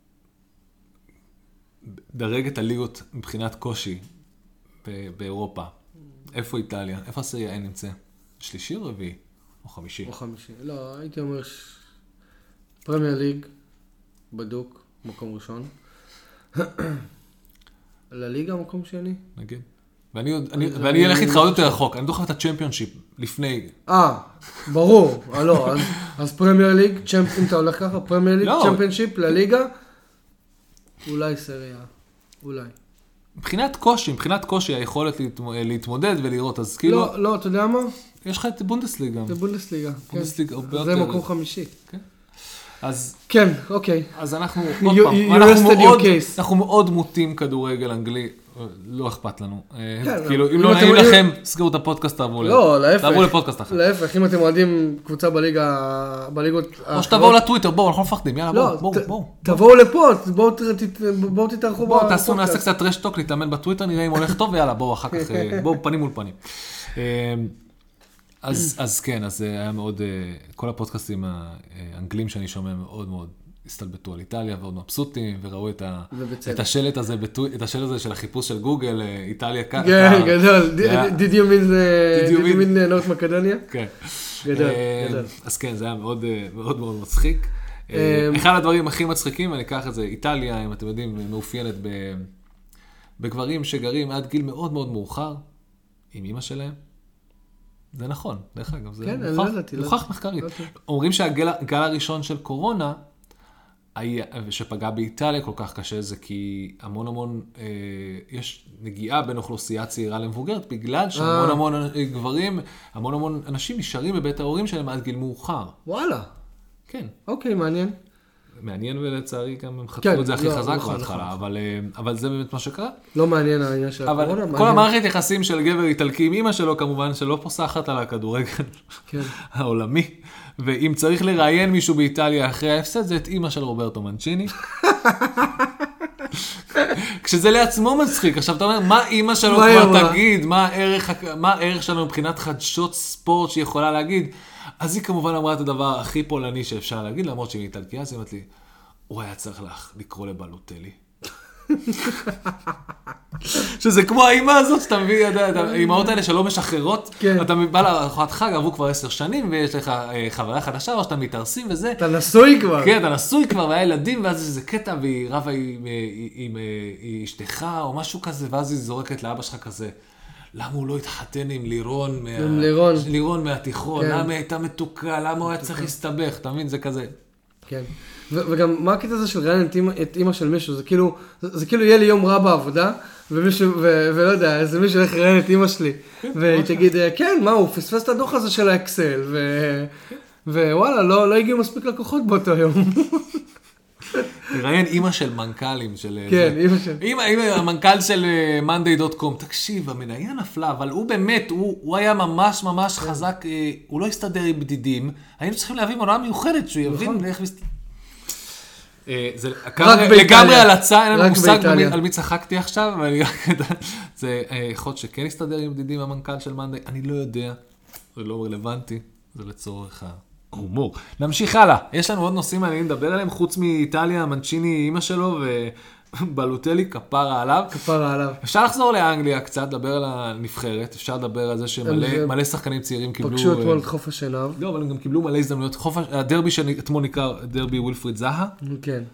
Speaker 2: דרג את הליגות מבחינת קושי באירופה? איפה איטליה? איפה הסיריה נמצא? שלישי או רביעי? או חמישי?
Speaker 1: או חמישי. לא, הייתי אומר פרמייר ליג, בדוק, מקום ראשון. לליגה מקום שני.
Speaker 2: נגיד. ואני אלך איתך עוד יותר רחוק, אני דוחף את הצ'מפיונשיפ לפני.
Speaker 1: ברור, לא, אז פרמייר ליג, אם אתה הולך ככה, פרמייר ליג, צ'מפיונשיפ לליגה, אולי סריה, אולי.
Speaker 2: מבחינת קושי, היכולת להתמודד ולראות, אז כאילו...
Speaker 1: לא, אתה יודע מה?
Speaker 2: יש לך את בונדסליגה.
Speaker 1: זה בונדסליגה, כן.
Speaker 2: זה
Speaker 1: מקום חמישי.
Speaker 2: כן. אז...
Speaker 1: כן, אוקיי.
Speaker 2: אז אנחנו, עוד פעם, אנחנו מאוד מוטים כדורגל אנגלי, לא אכפת לנו. כאילו, אם לא נעים לכם, סגרו את הפודקאסט, תעברו לפודקאסט אחר.
Speaker 1: להפך, אם אתם אוהדים קבוצה בליגות...
Speaker 2: או שתבואו לטוויטר, בואו, אנחנו לא מפחדים, יאללה, בואו.
Speaker 1: תבואו לפה, בואו תתארחו בפודקאסט.
Speaker 2: בואו, נעשה קצת רשטוק, להתאמן בטוויטר, נראה אם הולך טוב, ויאללה, בואו אחר כך, בואו פנים מול פנים. אז כן, אז היה מאוד, כל הפודקאסטים האנגלים שאני שומע מאוד מאוד הסתלבטו על איטליה, ועוד מבסוטים, וראו את השלט הזה של החיפוש של גוגל, איטליה ככה.
Speaker 1: כן, גדול. Did you mean נורט מקדוניה?
Speaker 2: כן.
Speaker 1: גדול.
Speaker 2: אז כן, זה היה מאוד מאוד מאוד מצחיק. אחד הדברים הכי מצחיקים, אני אקח את זה, איטליה, אם אתם יודעים, מאופיינת בגברים שגרים עד גיל מאוד מאוד מאוחר, עם אמא שלהם. זה נכון, דרך אגב, זה מוכח מחקרית. אומרים שהגל הראשון של קורונה, שפגע באיטליה כל כך קשה, זה כי המון יש נגיעה בין אוכלוסייה צעירה למבוגרת, בגלל שהמון גברים, המון אנשים נשארים בבית ההורים שלהם עד גיל מאוחר.
Speaker 1: וואלה.
Speaker 2: כן.
Speaker 1: אוקיי, מעניין.
Speaker 2: מעניין ולצערי גם הם חטפו את זה הכי חזק בהתחלה, אבל זה באמת מה שקרה.
Speaker 1: לא מעניין העניין של הקורונה.
Speaker 2: אבל כל המערכת יחסים של גבר איטלקי עם אמא שלו כמובן שלא פוסחת על הכדורגל העולמי, ואם צריך לראיין מישהו באיטליה אחרי ההפסד זה את אמא של רוברטו מנצ'יני. כשזה לעצמו מצחיק, עכשיו אתה אומר מה אמא שלו כבר תגיד, מה הערך שלנו מבחינת חדשות ספורט שהיא יכולה להגיד, אז היא כמובן אמרה את הדבר הכי פולני שאפשר להגיד, למרות שהיא איטלקיה, אז היא אמרת לי, הוא היה צריך לקרוא לבלוטלי. שזה כמו האמא הזאת שאתה מביא, האמאות האלה שלא משחררות, אתה בא לארוחת חג, עברו כבר 10 שנים, ויש לך חברה חדשה, או שאתה מתארסים וזה.
Speaker 1: אתה נשוי כבר.
Speaker 2: כן, אתה נשוי כבר, והיה ילדים, ואז יש איזה קטע, והיא רבה עם אשתך, או משהו כזה, ואז היא זורקת לאבא שלך כזה. למה הוא לא התחתן עם לירון מהתיכון? למה היא הייתה מתוקה? למה הוא היה צריך להסתבך? אתה מבין? זה כזה.
Speaker 1: כן. וגם מה הקטע הזה של ראיין את אמא של מישהו? זה כאילו יהיה לי יום רע בעבודה, ולא יודע, איזה מישהו הולך לראיין את אמא שלי, והיא תגיד, כן, מה, הוא פספס את הדוח הזה של האקסל, ווואלה, לא הגיעו מספיק לקוחות באותו יום.
Speaker 2: ראיין אמא של מנכ"לים של...
Speaker 1: כן, אמא של...
Speaker 2: המנכ"ל של monday.com, תקשיב, המניה נפלה, אבל הוא באמת, הוא היה ממש ממש חזק, הוא לא הסתדר עם בדידים, היינו צריכים להביא עונה מיוחדת, שהוא יבין איך... זה לגמרי על הצעה, אין לנו מושג על מי צחקתי עכשיו, זה יכול שכן הסתדר עם בדידים המנכ"ל של monday, אני לא יודע, זה לא רלוונטי, זה לצורך הומור. נמשיך הלאה. יש לנו עוד נושאים מעניינים לדבר עליהם, חוץ מאיטליה, מנצ'יני, אמא שלו, ובלוטלי, כפרה עליו.
Speaker 1: כפרה עליו.
Speaker 2: אפשר לחזור לאנגליה קצת, לדבר על הנבחרת, אפשר לדבר על זה שמלא שחקנים צעירים קיבלו...
Speaker 1: פגשו אתמול את חוף השנהב.
Speaker 2: לא, אבל הם גם קיבלו מלא הזדמנויות. הדרבי שאתמול נקרא דרבי ווילפריד זאהה.
Speaker 1: כן.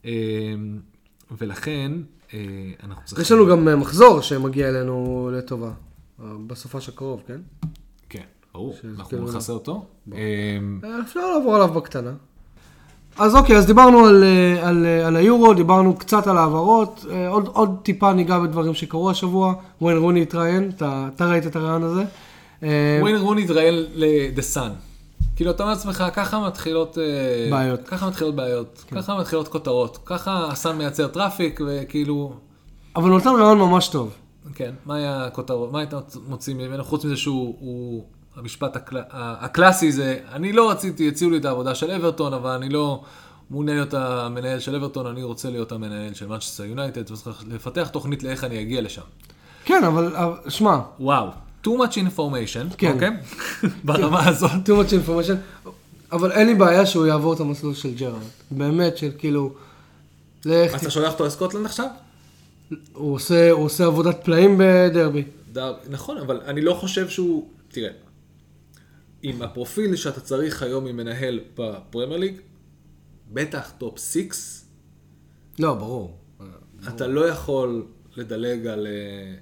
Speaker 2: ולכן, אנחנו צריכים...
Speaker 1: יש לנו גם מחזור שמגיע אלינו לטובה, בסופש הקרוב, כן?
Speaker 2: כן. ברור, אנחנו נחסה אותו.
Speaker 1: אפשר לעבור עליו בקטנה. אז אוקיי, אז דיברנו על היורו, דיברנו קצת על העברות, עוד טיפה ניגע בדברים שקרו השבוע. וויין רוני התראיין, אתה ראית את הרעיון הזה?
Speaker 2: וויין רוני התראיין לדסן. כאילו אתה אומר לעצמך, ככה מתחילות בעיות, ככה מתחילות כותרות, ככה הסן מייצר טראפיק וכאילו...
Speaker 1: אבל הוא נותן רעיון ממש טוב.
Speaker 2: כן, מה היה הכותרות, מה הייתם מוצאים ממנו, חוץ מזה שהוא... המשפט הקלאסי זה, אני לא רציתי, הציעו לי את העבודה של אברטון, אבל אני לא מעוניין להיות המנהל של אברטון, אני רוצה להיות המנהל של מנצ'סטר יונייטד, וצריך לפתח תוכנית לאיך אני אגיע לשם.
Speaker 1: כן, אבל שמע.
Speaker 2: וואו, too much information, כן. אוקיי? ברמה הזאת.
Speaker 1: too much information, אבל אין לי בעיה שהוא יעבור את המסלול של ג'רארד. באמת, של כאילו...
Speaker 2: אז אתה שולח אותו לסקוטלנד עכשיו?
Speaker 1: הוא עושה עבודת פלאים בדרבי.
Speaker 2: נכון, אבל אני לא חושב שהוא... תראה. עם הפרופיל שאתה צריך היום עם מנהל בפרמייר ליג, בטח טופ 6.
Speaker 1: לא, ברור.
Speaker 2: אתה לא יכול לדלג על...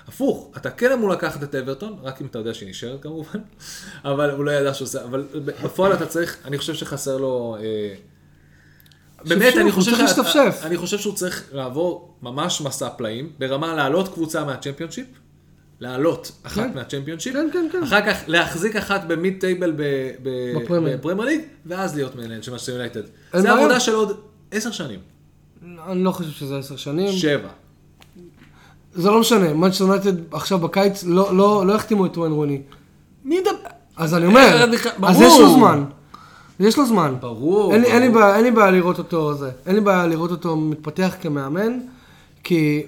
Speaker 2: הפוך, אתה כן אמור לקחת את אברטון, רק אם אתה יודע שהיא נשארת כמובן, אבל הוא לא ידע שעושה, אבל בפועל אתה צריך, אני חושב שחסר לו, באמת, אני חושב שהוא צריך לעבור ממש מסע פלאים, ברמה לעלות קבוצה מהצ'מפיונשיפ, לעלות אחת מהצ'מפיונשיפ, אחר כך להחזיק אחת במיד טייבל בפרמייר ליג, ואז להיות מנהל של מנצ'סטר יונייטד. זה עבודה של עוד 10 שנים.
Speaker 1: אני לא חושב שזה 10 שנים.
Speaker 2: 7.
Speaker 1: זה לא משנה, מנצ'סטר יונייטד עכשיו בקיץ לא החתימו את וויין רוני.
Speaker 2: מי דבר?
Speaker 1: אז אני אומר, אז יש לו זמן. יש לו זמן.
Speaker 2: ברור.
Speaker 1: אין לי בעיה לראות אותו זה. אין לי בעיה לראות אותו מתפתח כמאמן, כי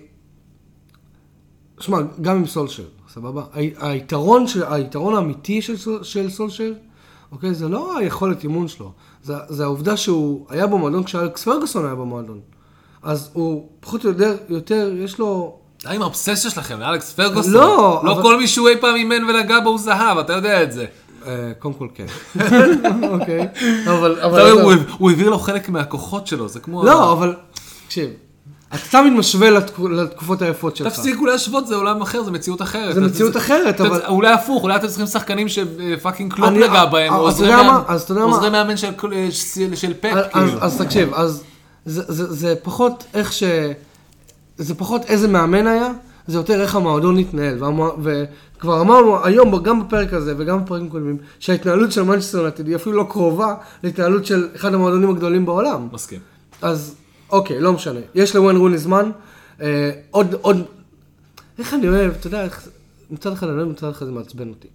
Speaker 1: שמע, גם עם סולשר, סבבה? היתרון האמיתי של סולשר, אוקיי, זה לא היכולת אימון שלו, זה העובדה שהוא היה במועדון כשאלכס פרגוסון היה במועדון. אז הוא פחות יותר, יש לו...
Speaker 2: עם האובססיה שלכם, אלכס פרגוסון.
Speaker 1: לא
Speaker 2: כל מישהו אי פעם אימן ולגע בו הוא זהב, אתה יודע את זה.
Speaker 1: קודם כל כן. אוקיי. אבל...
Speaker 2: הוא העביר לו חלק מהכוחות שלו, זה כמו...
Speaker 1: לא, אבל... תקשיב. אתה תמיד משווה לתקופות היפות שלך.
Speaker 2: תפסיקו להשוות, זה עולם אחר, זה מציאות אחרת.
Speaker 1: זה מציאות אחרת, אבל...
Speaker 2: אולי הפוך, אולי אתם צריכים שחקנים שפאקינג קלופ נגע בהם, או עוזרי מאמן של פאפ, כאילו.
Speaker 1: אז תקשיב, אז זה פחות איך זה פחות איזה מאמן היה, זה יותר איך המועדון התנהל, וכבר אמרנו היום, גם בפרק הזה וגם בפרקים קודמים, שההתנהלות של מנצ'סטר יונייטד היא אפילו לא קרובה להתנהלות של אחד המועדונים הגדולים בעולם.
Speaker 2: מסכים.
Speaker 1: אז אוקיי, לא משנה. יש לוויין רוני זמן. עוד... איך אני אוהב, אתה יודע, מצד אחד אני אוהב, מצד אחד זה מעצבן אותי.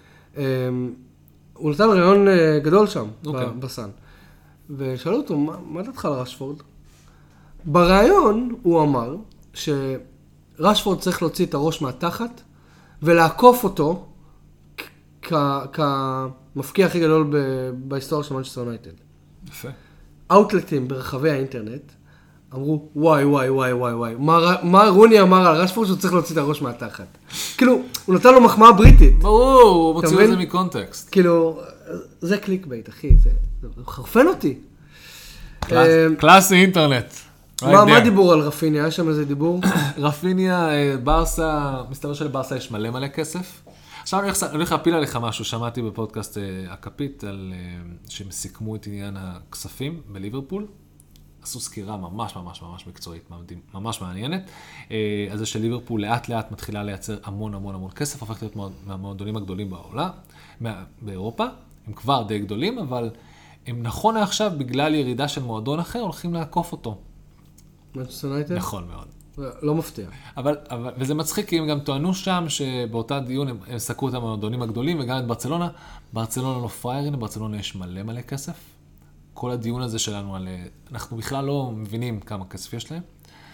Speaker 1: הוא נתן רעיון גדול שם, בסן. ושאלו אותו, מה דעתך על רשפורד? ברעיון הוא אמר שרשפורד צריך להוציא את הראש מהתחת, ולעקוף אותו כמפקיע הכי גדול בהיסטוריה של מנצ'סטר יונייטד.
Speaker 2: יפה.
Speaker 1: אאוטלטים ברחבי האינטרנט אמרו, וואי, מה רוני אמר על רשפורד שהוא צריך להוציא את הראש מהתחת. כאילו, הוא נתן לו מחמאה בריטית.
Speaker 2: ברור, הוא מוציא את זה מקונטקסט.
Speaker 1: כאילו, זה קליק בייט, אחי, זה חרפן אותי.
Speaker 2: קלאסי אינטרנט.
Speaker 1: מה דיבור על רפיניה? היה שם איזה דיבור?
Speaker 2: רפיניה, ברסה, מסתבר שלברסה יש מלא כסף. עכשיו אני הולך להפיל עליך משהו, שמעתי בפודקאסט הקפית, שהם סיכמו את עניין הכספים בליברפול, עשו סקירה ממש מקצועית, ממש מעניינת, על זה שליברפול לאט לאט מתחילה לייצר המון כסף, הופכת להיות מהמועדונים הגדולים בעולם, באירופה, הם כבר די גדולים, אבל הם נכון עכשיו, בגלל ירידה של מועדון אחר, הולכים לעקוף אותו.
Speaker 1: מנצ'סטר יונייטד?
Speaker 2: נכון מאוד.
Speaker 1: לא מפתיע.
Speaker 2: וזה מצחיק, כי הם גם טוענו שם שבאותה דיון הם סקרו את המועדונים הגדולים, וגם את ברצלונה. ברצלונה לא פריירים, ברצלונה יש מלא כסף. כל הדיון הזה שלנו על... אנחנו בכלל לא מבינים כמה כסף יש להם.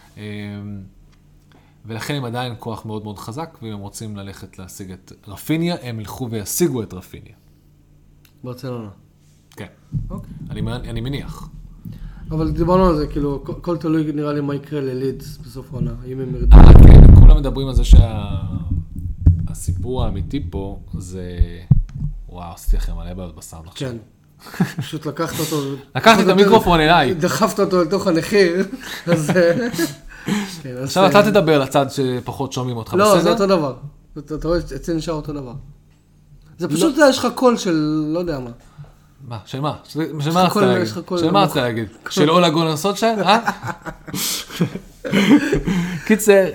Speaker 2: ולכן הם עדיין כוח מאוד חזק, ואם הם רוצים ללכת להשיג את רפיניה, הם ילכו וישיגו את רפיניה.
Speaker 1: ברצלונה.
Speaker 2: כן. אני מניח.
Speaker 1: אבל דיברנו על זה, כאילו, כל תלוי נראה לי מה יקרה ללידס בסוף העונה, אם הם ירדו.
Speaker 2: כן, כולם מדברים על זה שהסיפור האמיתי פה זה... וואו, עשיתי לכם מלא בעיות בסאונד עכשיו.
Speaker 1: כן. פשוט לקחת אותו...
Speaker 2: לקחתי את המיקרופון אליי.
Speaker 1: דחפת אותו לתוך הנחיר, אז...
Speaker 2: עכשיו אתה תדבר לצד שפחות שומעים אותך, בסדר?
Speaker 1: לא, זה אותו דבר. אתה רואה, אצלי נשאר אותו דבר. זה פשוט, יש לך קול של לא יודע מה.
Speaker 2: מה? של מה? של מה רצית להגיד? של אולה גולן סולשייר? קיצר,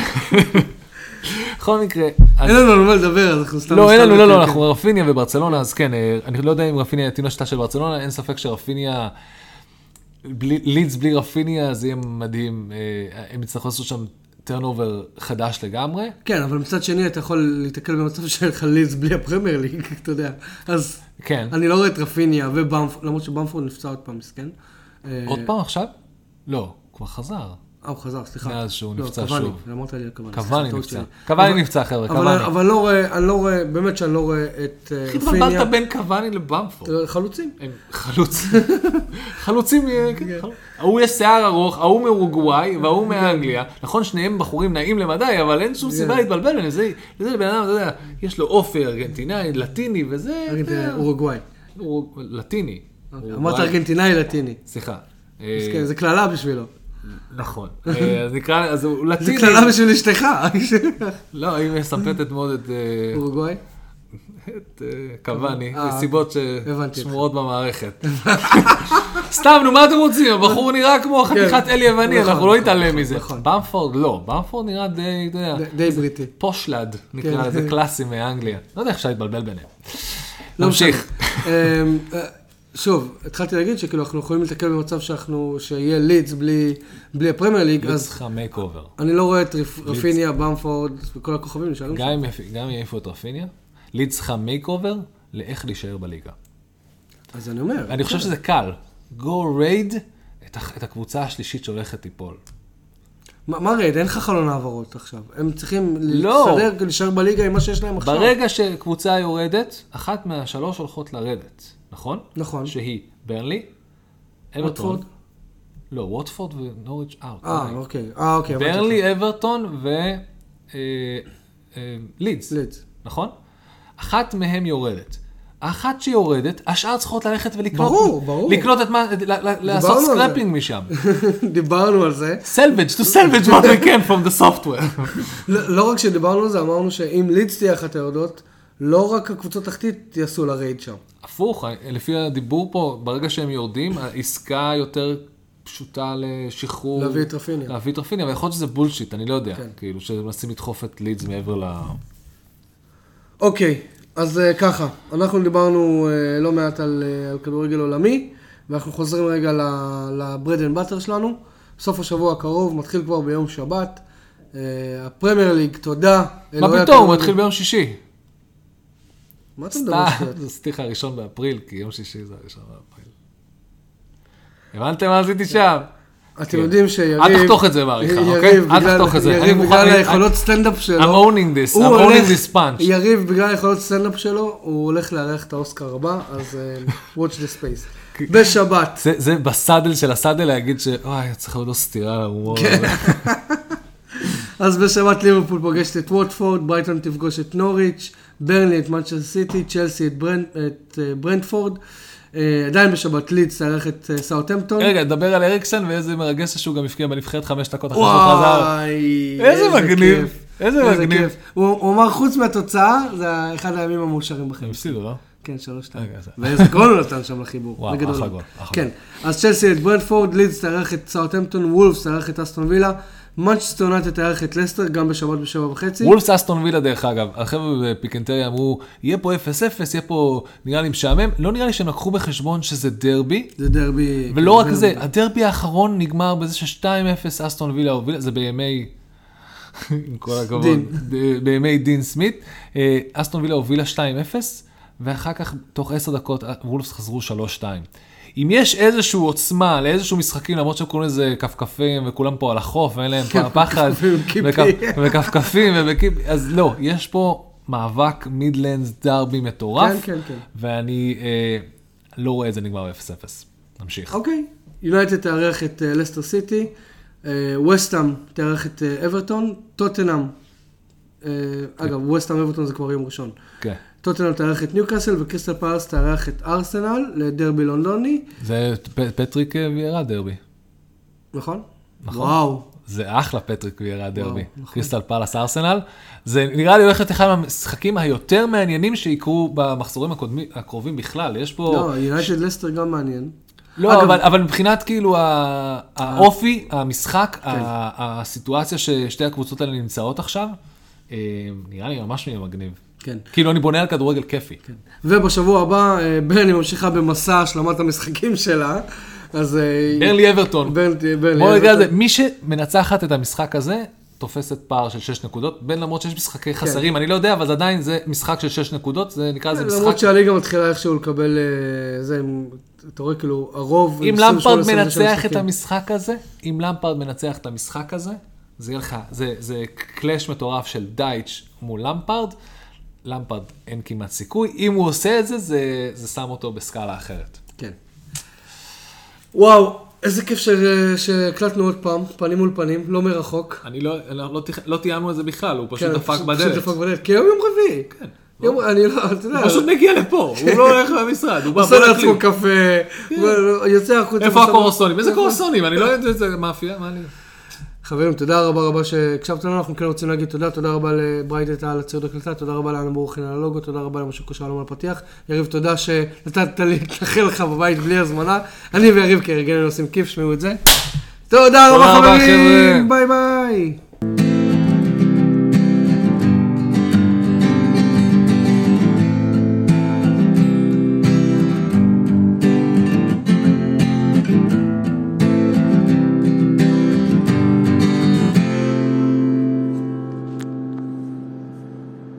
Speaker 2: בכל מקרה...
Speaker 1: אין לנו על מה לדבר, אז אנחנו סתם...
Speaker 2: לא, אין לנו, לא, אנחנו רפיניה וברצלונה, אז כן, אני לא יודע אם רפיניה יתאים לשיטה של ברצלונה, אין ספק שרפיניה, לידס בלי רפיניה, זה יהיה מדהים, הם יצטרכו לעשות שם טרנובר חדש לגמרי.
Speaker 1: כן, אבל מצד שני אתה יכול להתקל במצב של לידס בלי הפרמייר ליג, אתה יודע. אז
Speaker 2: כן.
Speaker 1: אני לא רואה את רפיניה ובמפורד, למרות שבמפורד נפצע עוד פעם, מסכן.
Speaker 2: עוד פעם עכשיו? לא, כבר חזר.
Speaker 1: הוא חזר, סליחה.
Speaker 2: מאז שהוא נפצע שוב.
Speaker 1: אמרת לי על קוואני.
Speaker 2: קוואני נפצע. קוואני נפצע, חבר'ה, קוואני.
Speaker 1: אבל אני לא רואה, באמת שאני לא רואה את רפיניה.
Speaker 2: התבלבלת בין קוואני לבמפורד.
Speaker 1: חלוצים.
Speaker 2: חלוצים, ההוא יש שיער ארוך, ההוא מאורוגוואי וההוא מאנגליה. נכון, שניהם בחורים נעים למדי, אבל אין שום סיבה להתבלבל ביניהם. זה לבן אדם, אתה יודע, יש לו אופי ארגנטינאי, לטיני וזה...
Speaker 1: אורוגוואי.
Speaker 2: לטיני.
Speaker 1: אמרת ארגנטינאי לטיני.
Speaker 2: סליחה.
Speaker 1: זה כללה בשבילו.
Speaker 2: נכון. אז נקרא, אז הוא לטיני.
Speaker 1: זה קללה בשביל אשתך.
Speaker 2: לא, היא מספטת מאוד את...
Speaker 1: אורוגוואי?
Speaker 2: את קוואני, מסיבות ששמורות במערכת. סתם, נו, מה אתם רוצים? הבחור נראה כמו חתיכת אלי יווני, אנחנו לא נתעלם מזה. במפורד לא, במפורד נראה
Speaker 1: די בריטי.
Speaker 2: פושלד, נקרא לזה קלאסי מאנגליה. לא יודע איך אפשר להתבלבל ביניהם. נמשיך.
Speaker 1: שוב, התחלתי להגיד שכאילו אנחנו יכולים לתקל במצב שיהיה לידס בלי הפרמייר ליג,
Speaker 2: לידס צריכה מייק אובר.
Speaker 1: אני לא רואה את רפיניה, במפורד וכל הכוכבים נשארים.
Speaker 2: גם יעיפו את רפיניה. לידס צריכה מייק אובר לאיך להישאר בליגה.
Speaker 1: אז אני אומר.
Speaker 2: אני חושב שזה קל. Go raid את הקבוצה השלישית שהולכת ליפול.
Speaker 1: מה רייד? אין לך חלון העברות עכשיו. הם צריכים לסדר, להישאר בליגה עם מה שיש להם עכשיו.
Speaker 2: ברגע שקבוצה יורדת, אחת מהשלוש הולכות לרדת. נכון?
Speaker 1: נכון.
Speaker 2: שהיא ברנלי, אברטון. לא, ווטפורד ונוריץ' אאוט.
Speaker 1: אוקיי.
Speaker 2: ברנלי, אברטון ולידס. נכון? אחת מהם יורדת. האחת שיורדת, השאר צריכות ללכת ולקנות.
Speaker 1: ברור.
Speaker 2: לקנות את מה, לעשות סקרפינג משם.
Speaker 1: דיברנו על זה.
Speaker 2: to salvage what we can from the software.
Speaker 1: לא רק שדיברנו על זה, אמרנו שאם לידס תהיה אחת היורדות, לא רק הקבוצות תחתית יעשו לרייד שם.
Speaker 2: הפוך, לפי הדיבור פה, ברגע שהם יורדים, העסקה יותר פשוטה לשחרור.
Speaker 1: להביא את רפיניה.
Speaker 2: אבל יכול להיות שזה בולשיט, אני לא יודע. כאילו, שמנסים לדחוף את לידס מעבר ל...
Speaker 1: אוקיי, אז ככה, אנחנו דיברנו לא מעט על כדורגל עולמי, ואנחנו חוזרים רגע לברד אנד באטר שלנו. סוף השבוע הקרוב, מתחיל כבר ביום שבת. הפרמייר ליג, תודה.
Speaker 2: מה פתאום, הוא מתחיל ביום שישי.
Speaker 1: מה אתה מדבר?
Speaker 2: זה סליחה, ראשון באפריל, כי יום שישי זה ראשון באפריל. הבנתם מה עשיתי שם?
Speaker 1: אתם יודעים שיריב...
Speaker 2: אל תחתוך את זה בעריכה, אוקיי? אל תחתוך את זה.
Speaker 1: יריב בגלל היכולות סטנדאפ שלו...
Speaker 2: I'm owning this punch.
Speaker 1: יריב בגלל היכולות סטנדאפ שלו, הוא הולך לארח את האוסקר הבא, אז watch the space. בשבת.
Speaker 2: זה בסדל של הסדל להגיד ש... אוי, צריך להיות לו סתירה להומור.
Speaker 1: אז בשבת ליברפול פוגשת את ווטפורד, ברייטון תפגוש את נוריץ', ברנלי את מנצ'סטר סיטי, צ'לסי את ברנטפורד. עדיין בשבת לידס תארח את סאות'המפטון.
Speaker 2: רגע, נדבר על אריקסן ואיזה מרגש שהוא גם הפקיע בנבחרת 5 דקות אחרי שהוא חזר.
Speaker 1: וואי,
Speaker 2: איזה מגניב. איזה מגניב.
Speaker 1: הוא אמר חוץ מהתוצאה, זה אחד הימים המאושרים בחיים.
Speaker 2: הם הפסידו, לא?
Speaker 1: כן, 3-2. ואיזה גול הוא נתן שם לחיבור.
Speaker 2: וואו, אחלה גול.
Speaker 1: כן, אז צ'לסי את ברנטפורד, לידס תארח את סאות'המפטון, וולפס תארח את אסטון וילה, מנצ'סטר יונייטד תארח את לסטר, גם בשבת ב7:30.
Speaker 2: וולפס אסטון וילה דרך אגב, החבר'ה בפיקנטריה אמרו, יהיה פה 0-0, יהיה פה נראה לי משעמם, לא נראה לי שהם לקחו בחשבון שזה דרבי.
Speaker 1: זה דרבי.
Speaker 2: ולא רק זה, הדרבי האחרון נגמר בזה ש2-0 אסטון וילה הובילה, זה בימי, עם כל הכבוד, בימי דין סמית, אסטון וילה הובילה 2-0, ואחר כך תוך 10 דקות וולפס חזרו 3-2. אם יש איזשהו עוצמה לאיזשהו משחקים, למרות שהם קוראים לזה כפכפים, וכולם פה על החוף, ואין להם פחד, וכפכפים, אז לא, יש פה מאבק מידלנדס דרבי מטורף, ואני לא רואה את זה נגמר 0-0. נמשיך.
Speaker 1: אוקיי, יונייטד תארח את לסטר סיטי, ווסטהאם תארח את אברטון, טוטנהאם, אגב, ווסטהאם אברטון זה כבר יום ראשון. כן. טוטנהאם תארח את ניוקאסל וקריסטל פלאס תארח את ארסנל לדרבי לונדוני.
Speaker 2: זה פטריק ויירה דרבי.
Speaker 1: נכון?
Speaker 2: נכון. וואו. זה אחלה פטריק ויירה דרבי. קריסטל פלאס ארסנל. זה נראה לי הולכת אחד מהמשחקים היותר מעניינים שיקרו במחזורים הקרובים בכלל. יש פה...
Speaker 1: לא, יונייטד לסטר גם מעניין.
Speaker 2: לא, אבל מבחינת כאילו האופי, המשחק, הסיטואציה ששתי הקבוצות האלה נמצאות עכשיו, נראה לי ממש מגניב. כן. כאילו אני בונה על כדורגל כיפי. כן.
Speaker 1: ובשבוע הבא, ברנלי ממשיכה במסע השלמת המשחקים שלה, אז...
Speaker 2: ברנלי אברטון. בוא נגיד על זה, מי שמנצחת את המשחק הזה, תופסת פער של 6 נקודות, בין למרות שיש משחקי חסרים, אני לא יודע, אבל עדיין זה משחק של 6 נקודות, זה נקרא לזה משחק...
Speaker 1: למרות שהליגה מתחילה איכשהו לקבל, זה, אתה רואה כאילו, הרוב...
Speaker 2: אם למפרד מנצח את המשחק הזה, זה יהיה לך, זה קלאש מטורף של דייץ' מול למפרד, למפרד אין כמעט סיכוי, אם הוא עושה את זה, זה שם אותו בסקאלה אחרת.
Speaker 1: כן. וואו, איזה כיף שהקלטנו עוד פעם, פנים מול פנים, לא מרחוק.
Speaker 2: לא תיאמנו את זה בכלל, הוא פשוט דפק בדלת.
Speaker 1: כי היום יום רביעי. כן. אני לא, אתה יודע.
Speaker 2: הוא פשוט מגיע לפה, הוא לא הולך למשרד, הוא בא
Speaker 1: עושה לעצמו קפה, יוצא החוצה.
Speaker 2: איפה הקורסונים? איזה קורסונים? אני לא יודע את זה, מאפיה, מה אני...
Speaker 1: חברים, תודה רבה שהקשבתם לנו, אנחנו כן רוצים להגיד תודה רבה לברייטט על הציוד הקלטה, תודה רבה לאנה ברוכין על הלוגו, תודה רבה למשה קושר על הפתיח. יריב, תודה שנתת לי להתנחל לך בבית בלי הזמנה. אני ויריב כהרגלנו עושים כיף, שמעו את זה. תודה רבה חברים, ביי ביי.